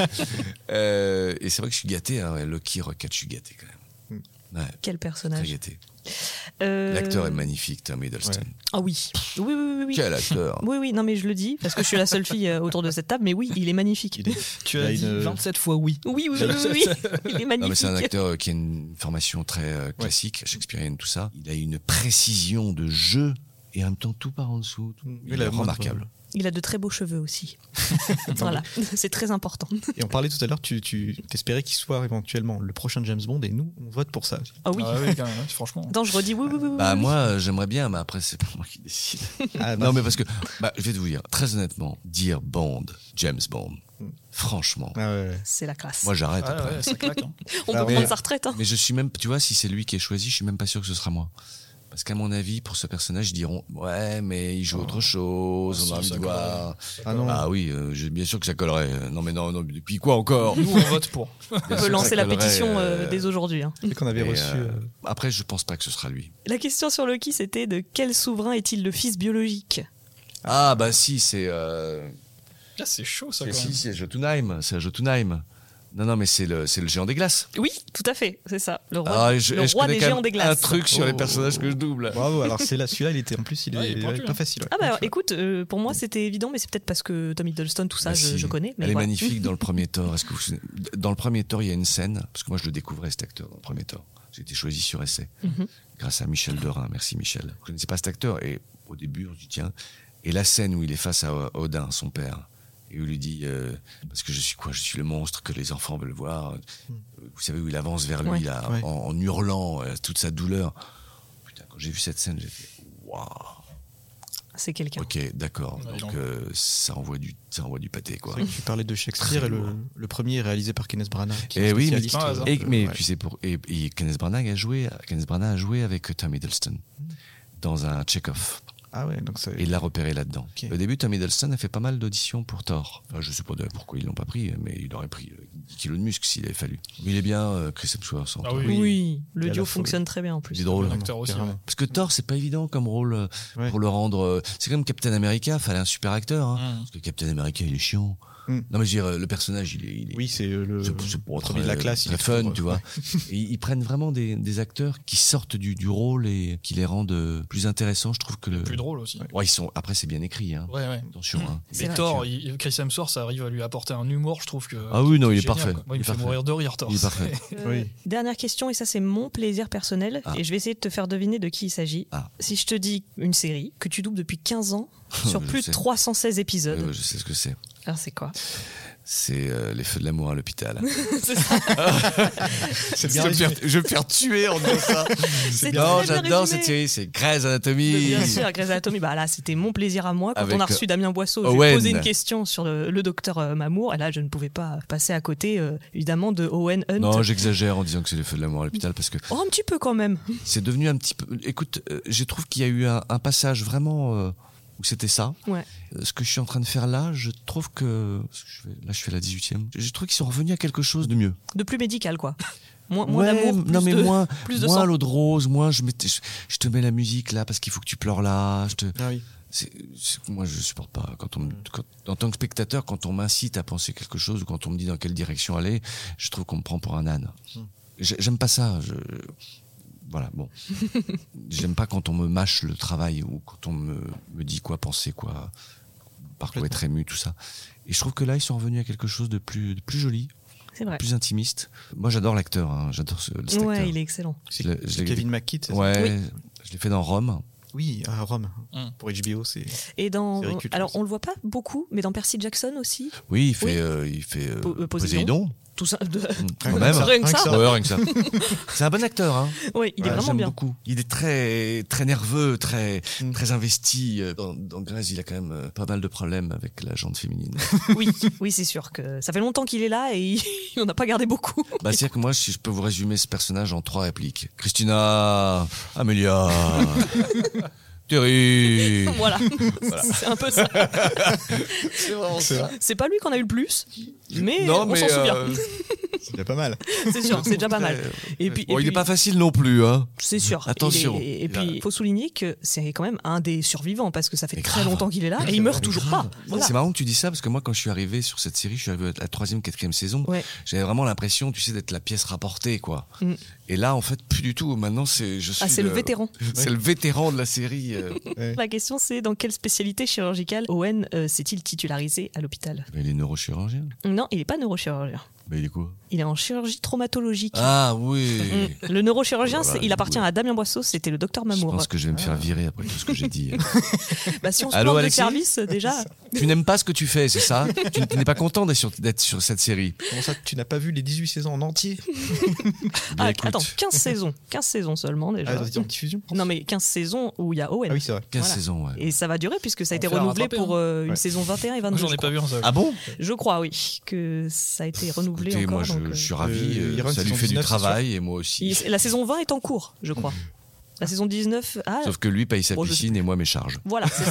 Euh, et c'est vrai que je suis gâté. Hein, ouais, Lucky, Rocket, je suis gâté quand même. Ouais, quel très personnage. gâté. Euh, L'acteur est magnifique, Tom Hiddleston. Ah oui. Oui, oui, oui, oui. Quel acteur. Oui, oui, non, mais je le dis parce que je suis la seule fille euh, autour de cette table, mais oui, il est magnifique. Il est- Tu il as a dit une- vingt-sept fois oui. Oui, oui, oui, oui, oui. Il est magnifique. Non, mais c'est un acteur euh, qui a une formation très euh, classique, shakespearienne, tout ça. Il a une précision de jeu et en même temps tout par en dessous. Tout. Oui, Il la est moindre- remarquable. Il a de très beaux cheveux aussi. Voilà, c'est très important. Et on parlait tout à l'heure, tu, tu t'espérais qu'il soit éventuellement le prochain James Bond, et nous, on vote pour ça. Ah oui. Ah oui, quand même, franchement. Attends, je redis oui, oui, oui. oui, Bah oui. moi euh, j'aimerais bien, mais après c'est pas moi qui décide. Ah, bah, Non mais parce que, bah, je vais vous dire, très honnêtement, dire Bond, James Bond, franchement, ah ouais, ouais. C'est la classe. moi j'arrête Ah après. ouais, ça claque. hein. On Ah, peut mais- prendre sa retraite. Hein. Mais je suis même, tu vois, si c'est lui qui est choisi, je suis même pas sûr que ce sera moi. Parce qu'à mon avis, pour ce personnage, ils diront ouais, mais il joue autre chose, Ah, on si, a envie ça de voir. Ah non. Ah oui, euh, j'ai- bien sûr que ça collerait. Non mais non, non, depuis quoi encore? Nous, on vote pour. Bien On sûr peut que lancer ça la collerait, pétition euh, euh, dès aujourd'hui. hein. C'est qu'on avait et, reçu. euh, euh, Après, je pense pas que ce sera lui. La question sur Loki, c'était de quel souverain est-il le fils biologique? Ah bah si, c'est. Euh... Là, c'est chaud, ça, c'est- quand si, même. c'est Jotunheim. C'est Jotunheim. Non, non, mais c'est le, c'est le géant des glaces. Oui, tout à fait, c'est ça. Le roi, Ah, je, le je roi connais des quand géants même des glaces. un truc sur les Oh. personnages que je double. Bravo, alors c'est là, celui-là, il était en plus, il est, Ouais, il est il est pointu, pas hein. facile. ouais. Ah bah Pointu, ouais. écoute, euh, pour moi c'était évident, mais c'est peut-être parce que Tom Hiddleston, tout ça, Bah je, si. je connais. Mais Elle est voilà. magnifique dans le premier Thor. Est-ce que vous... Dans le premier Thor, il y a une scène, parce que moi je le découvrais cet acteur dans le premier Thor. J'ai été choisi sur essai, Mhm. grâce à Michel Derain. Merci Michel. Je ne connaissais pas cet acteur, et au début on se dit tiens. Et la scène où il est face à Odin, son père, et où il lui dit euh, parce que je suis quoi, je suis le monstre que les enfants veulent voir. Vous savez où il avance vers lui Ouais. là, Ouais. en, en hurlant euh, toute sa douleur. Putain, quand j'ai vu cette scène, j'ai fait waouh. C'est quelqu'un. Ok, d'accord. Ouais, Donc il euh, ça envoie du, ça envoie du pâté quoi. C'est vrai que tu parlais de Shakespeare, Très et le, lourd. le premier est réalisé par Kenneth Branagh. Qui est Et un oui, mais, spécialiste, Ah, euh, et- mais ouais. tu sais pour et, et Kenneth Branagh a joué, Kenneth Branagh a joué avec Tom Hiddleston dans un Chekhov. Ah ouais, donc ça. Et il l'a repéré là-dedans. Ok. Au début, Tom Hiddleston a fait pas mal d'auditions pour Thor. Enfin, je sais pas d'ailleurs pourquoi ils l'ont pas pris, mais il aurait pris euh, dix kilos de muscle s'il avait fallu. Mais il est bien, euh, Chris Hemsworth. en Ah Thor. oui. Oui, le Il a duo la folie. fonctionne très bien en Il plus. est drôle. Un acteur aussi. carrément. ouais. Parce que Thor, c'est pas évident comme rôle euh, Ouais. pour le rendre. euh, c'est comme Captain America, fallait un super acteur. Hein. Mm. Parce que Captain America, il est chiant. Mm. Non mais je veux dire, le personnage, il est, il est oui, c'est le c'est, c'est pour premier de la classe, très il est fun, toujours, tu vois. Et ils prennent vraiment des, des acteurs qui sortent du, du rôle et qui les rendent plus intéressants. Je trouve que le plus drôle aussi. Ouais, ils sont. Après, c'est bien écrit. Hein. Ouais, ouais. Attention. Mmh. Hein. Mais Thor, il, Chris Hemsworth, ça arrive à lui apporter un humour, je trouve que. Ah oui, non, il est génial, parfait. Moi, il, il me fait parfait. mourir de rire, Thor. Il est parfait. Euh, oui. Dernière question, et ça, c'est mon plaisir personnel. Ah. Et je vais essayer de te faire deviner de qui il s'agit. Ah. Si je te dis une série que tu doubles depuis quinze ans sur plus sais. de trois cent seize épisodes. Euh, je sais ce que c'est. Alors, c'est quoi? C'est euh, les feux de l'amour à l'hôpital. C'est ça. C'est bien. Je vais, me faire, je vais me faire tuer en disant ça. C'est non, j'adore cette série. C'est Grey's Anatomy. Bien sûr, Grey's Anatomy. Bah là, c'était mon plaisir à moi quand Avec on a reçu Damien Boisseau. Owen. Je lui ai posé une question sur le, le docteur euh, Mamour. Et là, je ne pouvais pas passer à côté, euh, évidemment, de Owen Hunt. Non, j'exagère en disant que c'est les feux de l'amour à l'hôpital parce que. Oh, un petit peu quand même. C'est devenu un petit peu. Écoute, euh, je trouve qu'il y a eu un, un passage vraiment. Euh, où c'était ça. Ouais. Ce que je suis en train de faire là, je trouve que... Je fais, là, je fais la dix-huitième. Je trouve qu'ils sont revenus à quelque chose de mieux. De plus médical, quoi. Moins, moins ouais, d'amour, plus non, mais de, moins, plus de moins sang. l'eau de rose, moins je, mets, je, je te mets la musique là parce qu'il faut que tu pleures là. Je te, ah oui. c'est, c'est, moi, je supporte pas. Quand on, quand, en tant que spectateur, quand on m'incite à penser quelque chose ou quand on me dit dans quelle direction aller, je trouve qu'on me prend pour un âne. Mm. J'aime pas ça. Je... Voilà, bon. J'aime pas quand on me mâche le travail ou quand on me, me dit quoi penser, quoi, par quoi être ému, tout ça. Et je trouve que là, ils sont revenus à quelque chose de plus, de plus joli, c'est vrai. Plus intimiste. Moi, j'adore l'acteur, hein. J'adore ce, cet acteur. Ouais, il est excellent. C'est, le, c'est Kevin McKidd, c'est ouais, ça oui. Je l'ai fait dans Rome. Oui, à Rome. Mm. Pour H B O, c'est. Et dans. C'est culte, alors, aussi. on le voit pas beaucoup, mais dans Percy Jackson aussi. Oui, il fait. Oui. Euh, il fait euh, po- Poséidon. Tout ça. De... Quand même. Rien que ça. Ouais, rien que ça. C'est un bon acteur, hein. Oui, il est ouais, vraiment j'aime bien. Beaucoup. Il est très, très nerveux, très, mm. très investi. Dans, dans Grey's, il a quand même pas mal de problèmes avec la jante féminine. Oui, oui, c'est sûr que ça fait longtemps qu'il est là et il... on n'a pas gardé beaucoup. Bah, c'est-à-dire que moi, si je peux vous résumer ce personnage en trois répliques. Christina, Amelia. Terry. Voilà. voilà, c'est un peu ça. C'est vraiment c'est ça. C'est pas lui qu'on a eu le plus, mais non, on mais s'en euh... souvient. C'est déjà pas mal. C'est sûr, c'est déjà pas mal. Et puis, bon, et il puis... n'est pas facile non plus, hein. C'est sûr. Attention. Est... Et puis, il faut souligner que c'est quand même un des survivants parce que ça fait mais très grave. longtemps qu'il est là et il meurt toujours grave. pas. Voilà. C'est marrant que tu dis ça parce que moi, quand je suis arrivé sur cette série, je suis arrivé à la troisième, quatrième saison. Ouais. J'avais vraiment l'impression, tu sais, d'être la pièce rapportée, quoi. Mm. Et là, en fait, plus du tout. Maintenant, c'est je suis. Ah, c'est le, le vétéran. C'est ouais. le vétéran de la série. Euh... Ouais. La question, c'est dans quelle spécialité chirurgicale Owen euh, s'est-il titularisé à l'hôpital? Il est neurochirurgien. Non, il n'est pas neurochirurgien. Bah, il est quoi? Il est en chirurgie traumatologique. Ah oui. Mmh. Le neurochirurgien, voilà, il appartient ouais. à Damien Boisseau, c'était le docteur Mamour. Je pense que je vais me faire virer après tout ce que j'ai dit. Bah, si on se Allô, plante de Alexis service, déjà. Tu n'aimes pas ce que tu fais, c'est ça? Tu n'es pas content d'être sur, d'être sur cette série? Comment ça, tu n'as pas vu les dix-huit saisons en entier? Ah, attends, quinze saisons. quinze saisons seulement déjà. Ah, en diffusion? Non, mais quinze saisons où il y a Owen. Ah oui, c'est vrai. quinze voilà. saisons, ouais. Et ça va durer puisque ça a on été renouvelé pour euh, hein. une ouais. saison vingt et un et vingt-deux. J'en ai pas vu un seul. Ah bon? Je crois, oui, que ça a été renouvelé Écoutez, encore. moi, je, donc, je suis ravi. Euh, euh, ça lui fait du travail et moi aussi. Il, la saison vingt est en cours, je crois. La saison dix-neuf. Ah, sauf que lui paye sa bon, piscine et moi mes charges. Voilà, c'est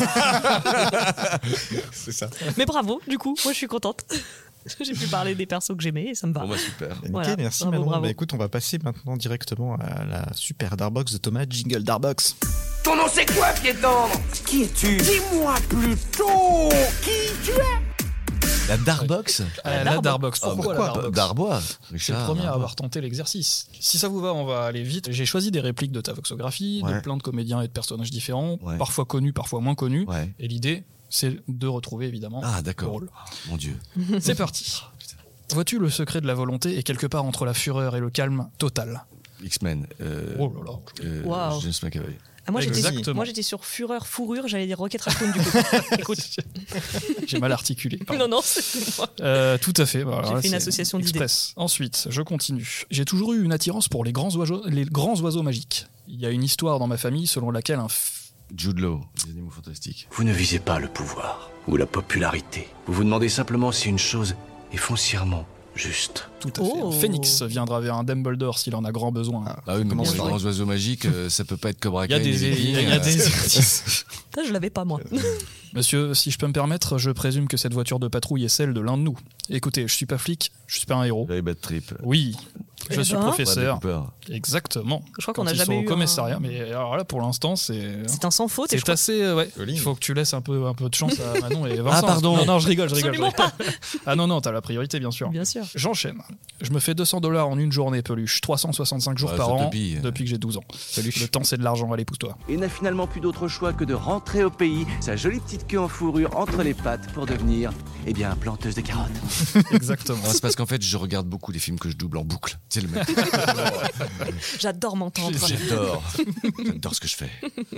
ça. C'est ça. Mais bravo, du coup, moi je suis contente. J'ai pu parler des persos que j'aimais et ça me va. Bon bah super. Voilà, nickel, merci bravo, Manon. bravo. Bah, écoute, on va passer maintenant directement à la super Darbox de Thomas, jingle Darbox. Ton nom c'est quoi, pied tendre? Qui es-tu? Dis-moi plutôt qui tu es. La Darbox euh, La Darbox. Pourquoi, pourquoi la Darbox? Darbois. C'est le premier à avoir tenté l'exercice. Si ça vous va, on va aller vite. J'ai choisi des répliques de ta voxographie, ouais. de plein de comédiens et de personnages différents, ouais. parfois connus, parfois moins connus. Ouais. Et l'idée, c'est de retrouver évidemment ah, d'accord. le rôle. Mon Dieu. C'est parti. Vois-tu, le secret de la volonté est quelque part entre la fureur et le calme total. X-Men. Euh, oh là là. Euh, wow. James McAvoy. Ah, moi, j'étais, moi j'étais sur Fureur, Fourrure, j'allais dire Rocket Raccoon du coup. Écoute. J'ai mal articulé. Pardon. Non, non, c'est moi. Euh, tout à fait. Bah, J'ai là, fait une association d'idées. Express. Ensuite, je continue. J'ai toujours eu une attirance pour les grands oiseaux, les grands oiseaux magiques. Il y a une histoire dans ma famille selon laquelle un... F... Jude Law, les animaux fantastiques. Vous ne visez pas le pouvoir ou la popularité. Vous vous demandez simplement si une chose est foncièrement juste. Tout à fait. Oh. Phoenix viendra vers un Dumbledore s'il en a grand besoin. Ah, ah oui, mais bon, les grands oiseaux magiques, euh, ça peut pas être Cobra Kai. Il y a des, il y a, y a des exercices. Ça, je l'avais pas, moi. Monsieur, si je peux me permettre, je présume que cette voiture de patrouille est celle de l'un de nous. Écoutez, je suis pas flic, je suis pas un héros. Very bad trip. Oui. Je Eh suis ben. professeur. Bradley Cooper. Exactement. Je crois qu'on Quand n'a ils jamais sont eu au commissariat, mais alors là, pour l'instant, c'est. C'est un sans faute. et je C'est crois- assez. euh, ouais. Joli. Il faut que tu laisses un peu, un peu de chance à Manon et Vincent. Ah, pardon. Non, non, je rigole, je rigole. je Absolument rigole. Ah non, non, t'as la priorité, bien sûr. Bien sûr. J'enchaîne. Je me fais deux cents dollars en une journée, peluche. trois cent soixante-cinq jours Ouais, par ça te an pille. depuis que j'ai douze ans. Le temps, c'est de l'argent. Allez, pousse-toi. Et n'a finalement plus d'autre choix que de rentrer au pays, sa jolie petite queue en fourrure entre les pattes pour devenir, eh bien, planteuse de carottes. Exactement. Non, c'est parce qu'en fait, je regarde beaucoup les films que je double en boucle. C'est le mec. J'adore m'entendre. J'adore. J'adore ce que je fais.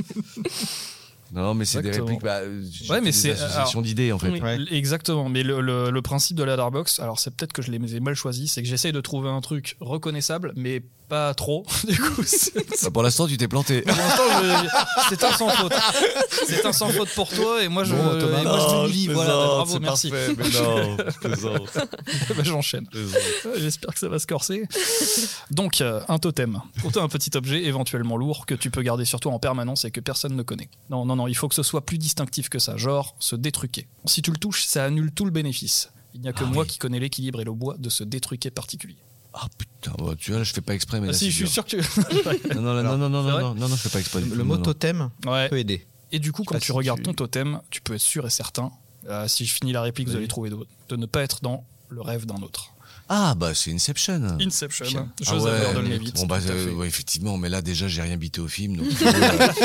Non, mais c'est des Exactement. répliques. Bah, j'ai Ouais, fait mais des c'est associations alors, d'idées en fait. Oui. Ouais. Exactement. Mais le, le, le principe de la Darbox, alors c'est peut-être que je les ai mal choisis, c'est que j'essaye de trouver un truc reconnaissable, mais pas trop. Du coup, c'est- Bah, pour l'instant, tu t'es planté. pour l'instant, je- c'est un sans faute. C'est un sans faute pour toi et moi je, Bon, Thomas. et moi, je Non, te lis. je Voilà, plaisante, bravo, c'est merci. parfait, mais non, je plaisante. Bah, j'enchaîne. Ouais, J'espère que ça va se corser. Donc, euh, un totem. Autant un petit objet éventuellement lourd que tu peux garder sur toi en permanence et que personne ne connaît. Non, non, non, il faut que ce soit plus distinctif que ça, genre se détruquer. Si tu le touches, ça annule tout le bénéfice. Il n'y a que Ah moi oui. qui connais l'équilibre et le bois de ce détruquer particulier. Ah putain, bah, tu vois, là, je fais pas exprès, mais Ah, là, si, c'est je suis dur. sûr que tu. Non, non, non, non, non, C'est non, vrai non, non, non, je fais pas exprès. du Le, tout, le non, mot non. totem Ouais. peut aider. Et du coup, quand Ah, tu si regardes tu- ton totem, tu peux être sûr et certain, euh, si je finis la réplique, vous Oui. allez trouver de, de ne pas être dans le rêve d'un autre. Ah bah c'est Inception. Inception. Bien. Joseph Ah ouais, Gordon-Levitt. Bon bah tout à euh, fait. ouais, effectivement, mais là déjà j'ai rien bité au film, donc Ça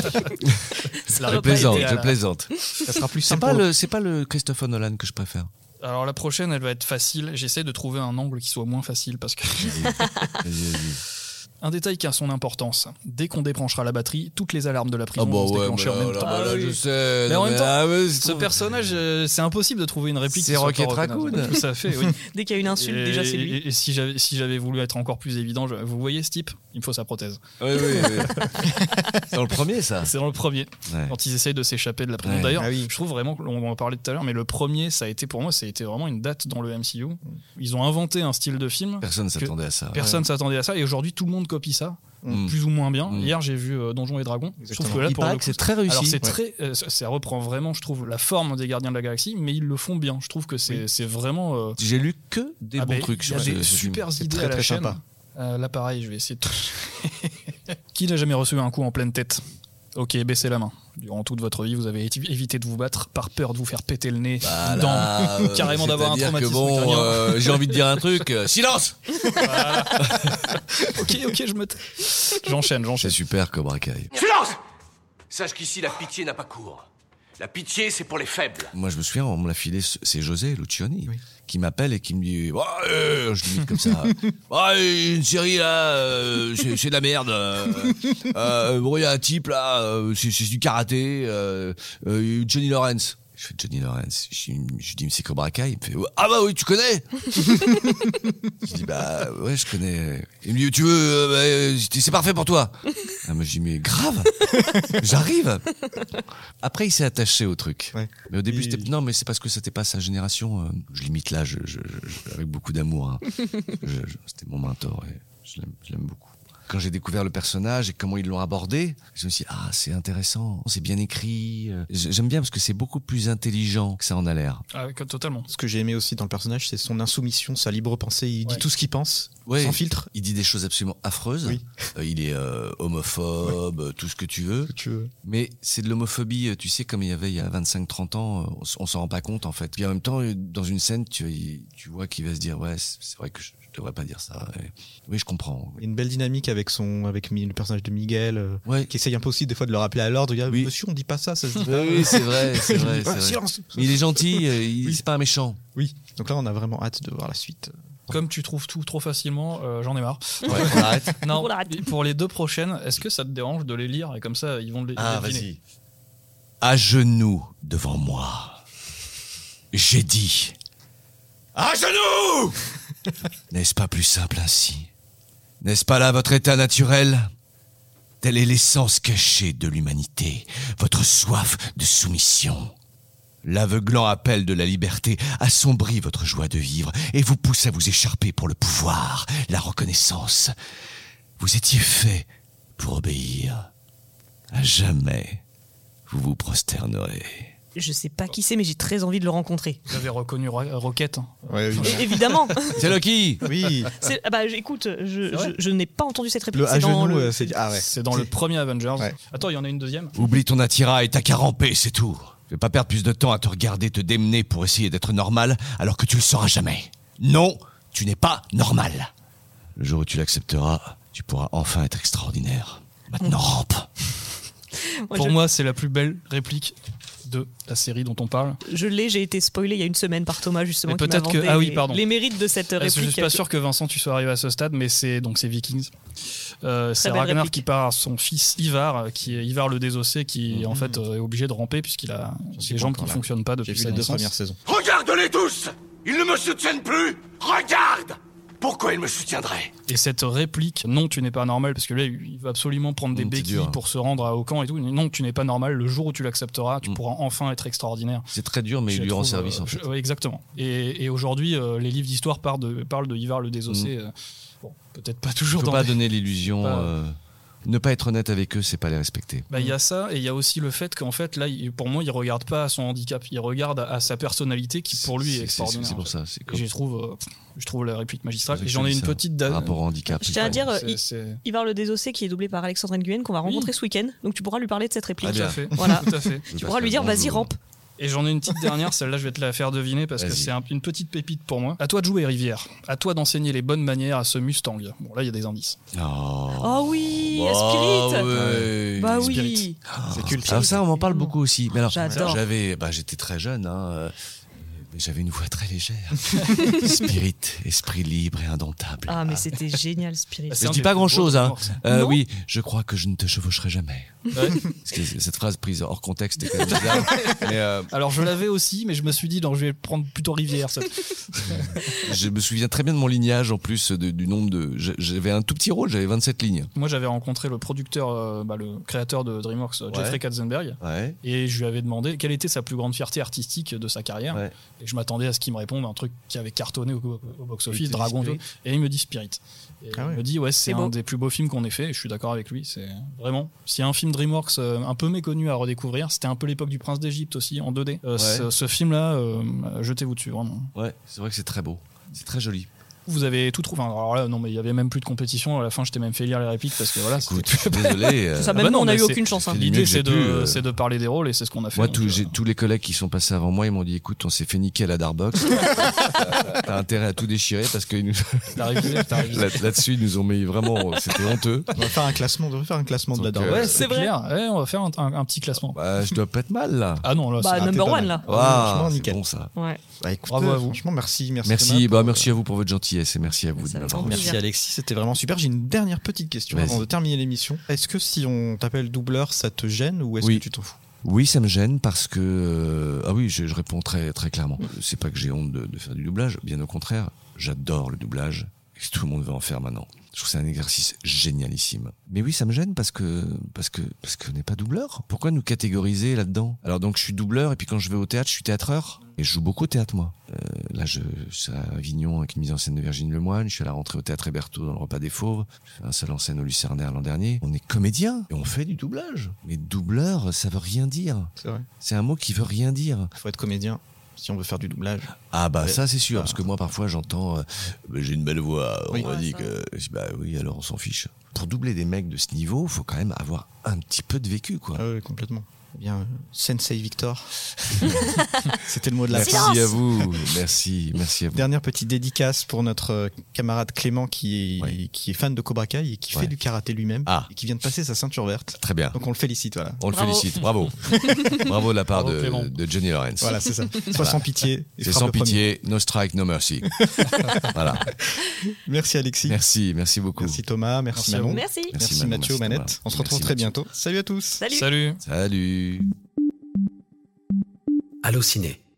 je aurait pas plaisante, été à je la- plaisante. Ça sera plus C'est simple. pas pour le, c'est pas le Christopher Nolan que je préfère. Alors la prochaine, elle va être facile. J'essaie de trouver un angle qui soit moins facile parce que. Vas-y, vas-y. Un détail qui a son importance. Dès qu'on débranchera la batterie, toutes les alarmes de la prison Ah bah vont se ouais, déclencher mais en même là, temps. là, là, je sais. Mais en non, même temps, ah ouais, c'est Ce trop- personnage, euh, c'est impossible de trouver une réplique. C'est qui soit Rocket pas reconnaissable. Raccoon. Tout à fait, oui. Dès qu'il y a une insulte, Et- déjà c'est lui. Et, et si j'avais si j'avais voulu être encore plus évident, je- vous voyez ce type, il me faut sa prothèse. Oui, oui, oui. C'est dans le premier ça. C'est dans le premier, Ouais. quand ils essayent de s'échapper de la prison. Ouais. D'ailleurs, Ah oui. je trouve vraiment, on en parlait tout à l'heure, mais le premier, ça a été pour moi, ça a été vraiment une date dans le M C U. Ils ont inventé un style de film. Personne que s'attendait à ça. Personne s'attendait à ça, et aujourd'hui tout le monde copie ça. Mm. Plus ou moins bien. Mm. Hier, j'ai vu euh, Donjons et Dragons. Je trouve que là, Il pour paraît le que coup, c'est très réussi. alors c'est Ouais. très, euh, ça, ça reprend vraiment, je trouve, la forme des Gardiens de la Galaxie, mais ils le font bien. Je trouve que c'est c'est vraiment. euh, J'ai lu que des ah bons ben, trucs il y a sur ce, des ce film. super C'est idées très, à la très chaîne. sympa. Euh, là, pareil, je vais essayer de. Qui n'a jamais reçu un coup en pleine tête? Ok, baissez la main. Durant toute votre vie, vous avez évi- évité de vous battre par peur de vous faire péter le nez, Bah dans- là, euh, carrément d'avoir un c'est-à-dire que traumatisme bon, crânien. euh, j'ai envie de dire un truc. euh, silence. Voilà. ok, ok, je me tais. J'enchaîne, C'est j'enchaîne. super Cobra Kai. Silence! Sache qu'ici, la pitié n'a pas cours. La pitié, c'est pour les faibles. Moi, je me souviens, on me l'a filé, c'est José Lucioni, qui m'appelle et qui me dit ouais, euh, je limite comme ça. Ouais, une série là, euh, c'est c'est de la merde. Euh, euh, bon, il y a un type là, euh, c'est c'est du karaté, euh, euh, Johnny Lawrence. Je fais Johnny Lawrence. Je, je dis, mais c'est Cobra Kai. Il me fait, ah bah oui, tu connais. Je dis, bah ouais, je connais. Il me dit, tu veux, euh, bah, c'est parfait pour toi. Ah, moi, je dis, mais grave, j'arrive. Après, il s'est attaché au truc. Ouais. Mais au début, Et- c'était non, mais c'est parce que c'était pas sa génération. euh, Je limite là, je, je- je- avec beaucoup d'amour. hein. Je- je- C'était mon mentor et je l'aime, je l'aime beaucoup. Quand j'ai découvert le personnage et comment ils l'ont abordé, je me suis dit, ah, c'est intéressant, c'est bien écrit. euh, J'aime bien parce que c'est beaucoup plus intelligent que ça en a l'air. Ah, que- totalement. Ce que j'ai aimé aussi dans le personnage, c'est son insoumission, sa libre pensée. Il dit Ouais. tout ce qu'il pense, Ouais, sans filtre. Il dit des choses absolument affreuses. Oui. Euh, il est euh, homophobe, euh, tout ce que tu veux. Tu veux. Mais c'est de l'homophobie, euh, tu sais, comme il y avait il y a vingt-cinq trente ans, euh, on, s- on s'en rend pas compte en fait. Puis en même temps, euh, dans une scène, tu, tu vois qu'il va se dire, ouais, c'est c'est vrai que je, je devrais pas dire ça. Et oui, je comprends. Il y a une belle dynamique avec son, avec Mi- le personnage de Miguel, euh, Ouais. qui essaye un peu aussi des fois de le rappeler à l'ordre. Il dit, ah, Oui. monsieur, on dit pas ça, ça se dit pas. Oui, oui, c'est vrai, c'est vrai. Ouais, c'est vrai. silence. Mais il est gentil, euh, il, Oui. c'est pas un méchant. Oui. Donc là, on a vraiment hâte de voir la suite. Comme tu trouves tout trop facilement, euh, j'en ai marre. Ouais, on arrête. Non, On l'arrête. pour les deux prochaines, est-ce que ça te dérange de les lire et comme ça, ils vont les, Ah, les deviner. vas-y. À genoux devant moi. J'ai dit. À genoux! N'est-ce pas plus simple ainsi? N'est-ce pas là votre état naturel? Telle est l'essence cachée de l'humanité, votre soif de soumission. L'aveuglant appel de la liberté assombrit votre joie de vivre et vous pousse à vous écharper pour le pouvoir, la reconnaissance. Vous étiez fait pour obéir. À jamais, vous vous prosternerez. Je sais pas qui c'est, mais j'ai très envie de le rencontrer. Vous avez reconnu Ro- Rocket. Ouais, Et- évidemment. C'est Loki. Oui. C'est- ah bah, écoute, je, vrai je, je n'ai pas entendu cette réplique. Le c'est à dans genoux, le... euh, c'est ah ouais. C'est dans le premier Avengers. Ouais. Attends, il y en a une deuxième. Oublie ton attirail, t'as qu'à ramper, c'est tout. Je vais pas perdre plus de temps à te regarder te démener pour essayer d'être normal alors que tu le seras jamais. Non, tu n'es pas normal. Le jour où tu l'accepteras, tu pourras enfin être extraordinaire. Maintenant rampe. Moi, Pour je, moi, c'est la plus belle réplique de la série dont on parle. je l'ai, j'ai été spoilé il y a une semaine par Thomas justement. Mais qui m'a peut-être que- vanté ah oui, les- pardon. Les mérites de cette Je réplique. suis pas sûr que Vincent tu sois arrivé à ce stade, mais c'est donc c'est Vikings. Euh, c'est belle Ragnar réplique. qui part à son fils Ivar, qui est Ivar le désossé, qui Mhm. en fait euh, est obligé de ramper puisqu'il a suis les pas jambes encore qui là. fonctionnent pas depuis J'ai vu sa les deux naissance. premières saisons. Regarde-les tous! Ils ne me soutiennent plus! Regarde! Pourquoi ils me soutiendraient? Et cette réplique, non, tu n'es pas normal, parce que là, il va absolument prendre des Mmh, c'est béquilles dur, hein. pour se rendre à Aucan et tout. Non, tu n'es pas normal. Le jour où tu l'accepteras, tu Mmh. pourras enfin être extraordinaire. C'est très dur, mais Je il lui rend trouve, service euh, en fait. je- ouais, exactement. Et, et aujourd'hui, euh, les livres d'histoire parlent de, parlent de Ivar le désossé. Mmh. euh, bon, peut-être pas toujours Faut dans pas des- donner l'illusion. Pas- euh, Ne pas être honnête avec eux, c'est pas les respecter. Bah, il y a ça, et il y a aussi le fait qu'en fait, là, il- pour moi, il regarde pas à son handicap, il regarde à, à sa personnalité qui, pour lui, est, C'est- c'est- extraordinaire. c'est pour en fait. ça, c'est Et comme- Je trouve, euh, je trouve la réplique magistrale. C'est Et pour j'en ça ai que une je dis ça. petite. da- Par rapport au handicap. Je tiens à dire, euh, C'est- I- c'est- Ivar le désossé qui est doublé par Alexandre Nguyen qu'on va rencontrer ce week-end. Donc tu pourras lui parler de cette réplique. Ah, bien. Tout à fait. Voilà. Tout à fait. Tu pourras lui dire vas-y rampe. Et j'en ai une petite dernière, celle-là je vais te la faire deviner parce que Vas-y. c'est un- une petite pépite pour moi. À toi de jouer Rivière, à toi d'enseigner les bonnes manières à ce Mustang. Bon là il y a des indices. Oh, Oh oui, Oh, Spirit. ouais. Bah oui. Spirit. C'est culte. Alors ça, on m'en parle beaucoup aussi. Mais alors, J'adore. j'avais, bah, j'étais très jeune, hein, euh, mais j'avais une voix très légère. Spirit, esprit libre et indomptable. Ah mais c'était génial Spirit. Bah, Je c'est un dis des pas plus grand beaux chose, hein. Dreamworks. Euh, Non. oui, je crois que je ne te chevaucherai jamais. Ouais. Parce que cette phrase prise hors contexte est quand même bizarre. Mais, euh, Alors je l'avais aussi, mais je me suis dit non, je vais prendre plutôt Rivière. ça. je me souviens très bien de mon lignage en plus de- du nombre de. je- J'avais un tout petit rôle, j'avais vingt-sept lignes. Moi j'avais rencontré le producteur, euh, bah, le créateur de DreamWorks, euh, Jeffrey Ouais. Katzenberg, Ouais. et je lui avais demandé quelle était sa plus grande fierté artistique de sa carrière. Ouais. Et je m'attendais à ce qu'il me réponde un truc qui avait cartonné au, au box-office, Il te dit Dragon, Spirit. tout. Et il me dit Spirit. Et Ah il ouais. me dit ouais, c'est C'est un beau. des plus beaux films qu'on ait fait. Et je suis d'accord avec lui. C'est vraiment. S'il y a un film DreamWorks euh, un peu méconnu à redécouvrir, c'était un peu l'époque du Prince d'Égypte aussi en deux D. Euh, Ouais. Ce, ce film-là, euh, jetez-vous dessus vraiment. Ouais, c'est vrai que c'est très beau. C'est très joli. Vous avez tout trouvé. Alors là, non, mais il y avait même plus de compétition. À la fin, je t'ai même fait lire les répliques parce que voilà. Écoute, c'était- je suis désolé. euh, Ça, Ah même bah nous, non, on n'a mais eu c'est- aucune chance. hein. c'est L'idée, mieux que c'est j'ai de, pu, euh, c'est de parler des rôles et c'est ce qu'on a fait. Moi, donc, tous, euh, j'ai, tous les collègues qui sont passés avant moi, ils m'ont dit écoute, on s'est fait niquer à la Darbox. T'as t'as intérêt à tout déchirer parce que ils nous- t'as révisé, t'as révisé. là, là-dessus, ils nous ont mis vraiment. C'était honteux. On va faire un classement, on devrait faire un classement de la Donc, Dordogne. euh, Ouais, c'est c'est vrai. clair. Ouais, on va faire un, un- un petit classement. Bah, je dois pas être mal là. Ah non, là, Bah c'est number pas one mal. là. Waouh, franchement, c'est nickel. bon ça. Ouais. Bah, écoute, Bravo à euh, vous. franchement, merci, merci. Merci, Thomas, bah, pour, merci à vous pour votre gentillesse et merci à vous Ça de va m'avoir faire Merci plaisir. Alexis, c'était vraiment super. J'ai une dernière petite question Vas-y. avant de terminer l'émission. Est-ce que si on t'appelle doubleur, ça te gêne ou est-ce Oui. que tu t'en fous? Oui, ça me gêne parce que euh, ah oui, je, je réponds très très clairement. C'est pas que j'ai honte de, de faire du doublage, bien au contraire, j'adore le doublage et tout le monde veut en faire maintenant. Je trouve que c'est un exercice génialissime. Mais oui, ça me gêne parce que parce que parce qu'on n'est pas doubleur. Pourquoi nous catégoriser là-dedans? Alors donc je suis doubleur et puis quand je vais au théâtre, je suis théâtreur et je joue beaucoup au théâtre moi. Euh, là, je, je suis à Avignon avec une mise en scène de Virginie Lemoine. Je suis à la rentrée au théâtre Hébertot dans le Repas des Fauves. J'ai fait un seul en scène au Lucernaire l'an dernier. On est comédien et on fait du doublage. Mais doubleur, ça veut rien dire. C'est vrai. C'est un mot qui veut rien dire. Il faut être comédien si on veut faire du doublage. Ah bah Ouais. ça c'est sûr, Ah. parce que moi parfois j'entends euh, bah, j'ai une belle voix, on Oui. m'a Ouais, dit ça. que je dis, bah oui alors on s'en fiche. Pour doubler des mecs de ce niveau, faut quand même avoir un petit peu de vécu quoi. Ah oui, complètement. Eh bien, euh, Sensei Victor. C'était le mot de la Merci fin. à vous, merci, merci à vous. Dernière petite dédicace pour notre euh, camarade Clément qui est, Oui. qui est fan de Cobra Kai et qui Ouais. fait du karaté lui-même Ah. et qui vient de passer sa ceinture verte. Très bien, Donc on le félicite, voilà. on le Bravo. félicite, bravo. Bravo de la part Bravo, de, Clément. de Johnny Lawrence. Voilà, c'est ça. Sois sans pitié. et C'est frappe sans le premier. pitié, no strike, no mercy. Voilà, Merci Alexis. merci, merci beaucoup. Merci Thomas, merci, Merci à Manon. vous. Merci. Merci, Manon, Mathieu aux merci manettes. Thomas. On se Merci, retrouve très Mathieu. bientôt. Salut à tous. Salut. Salut. Salut. Allociné.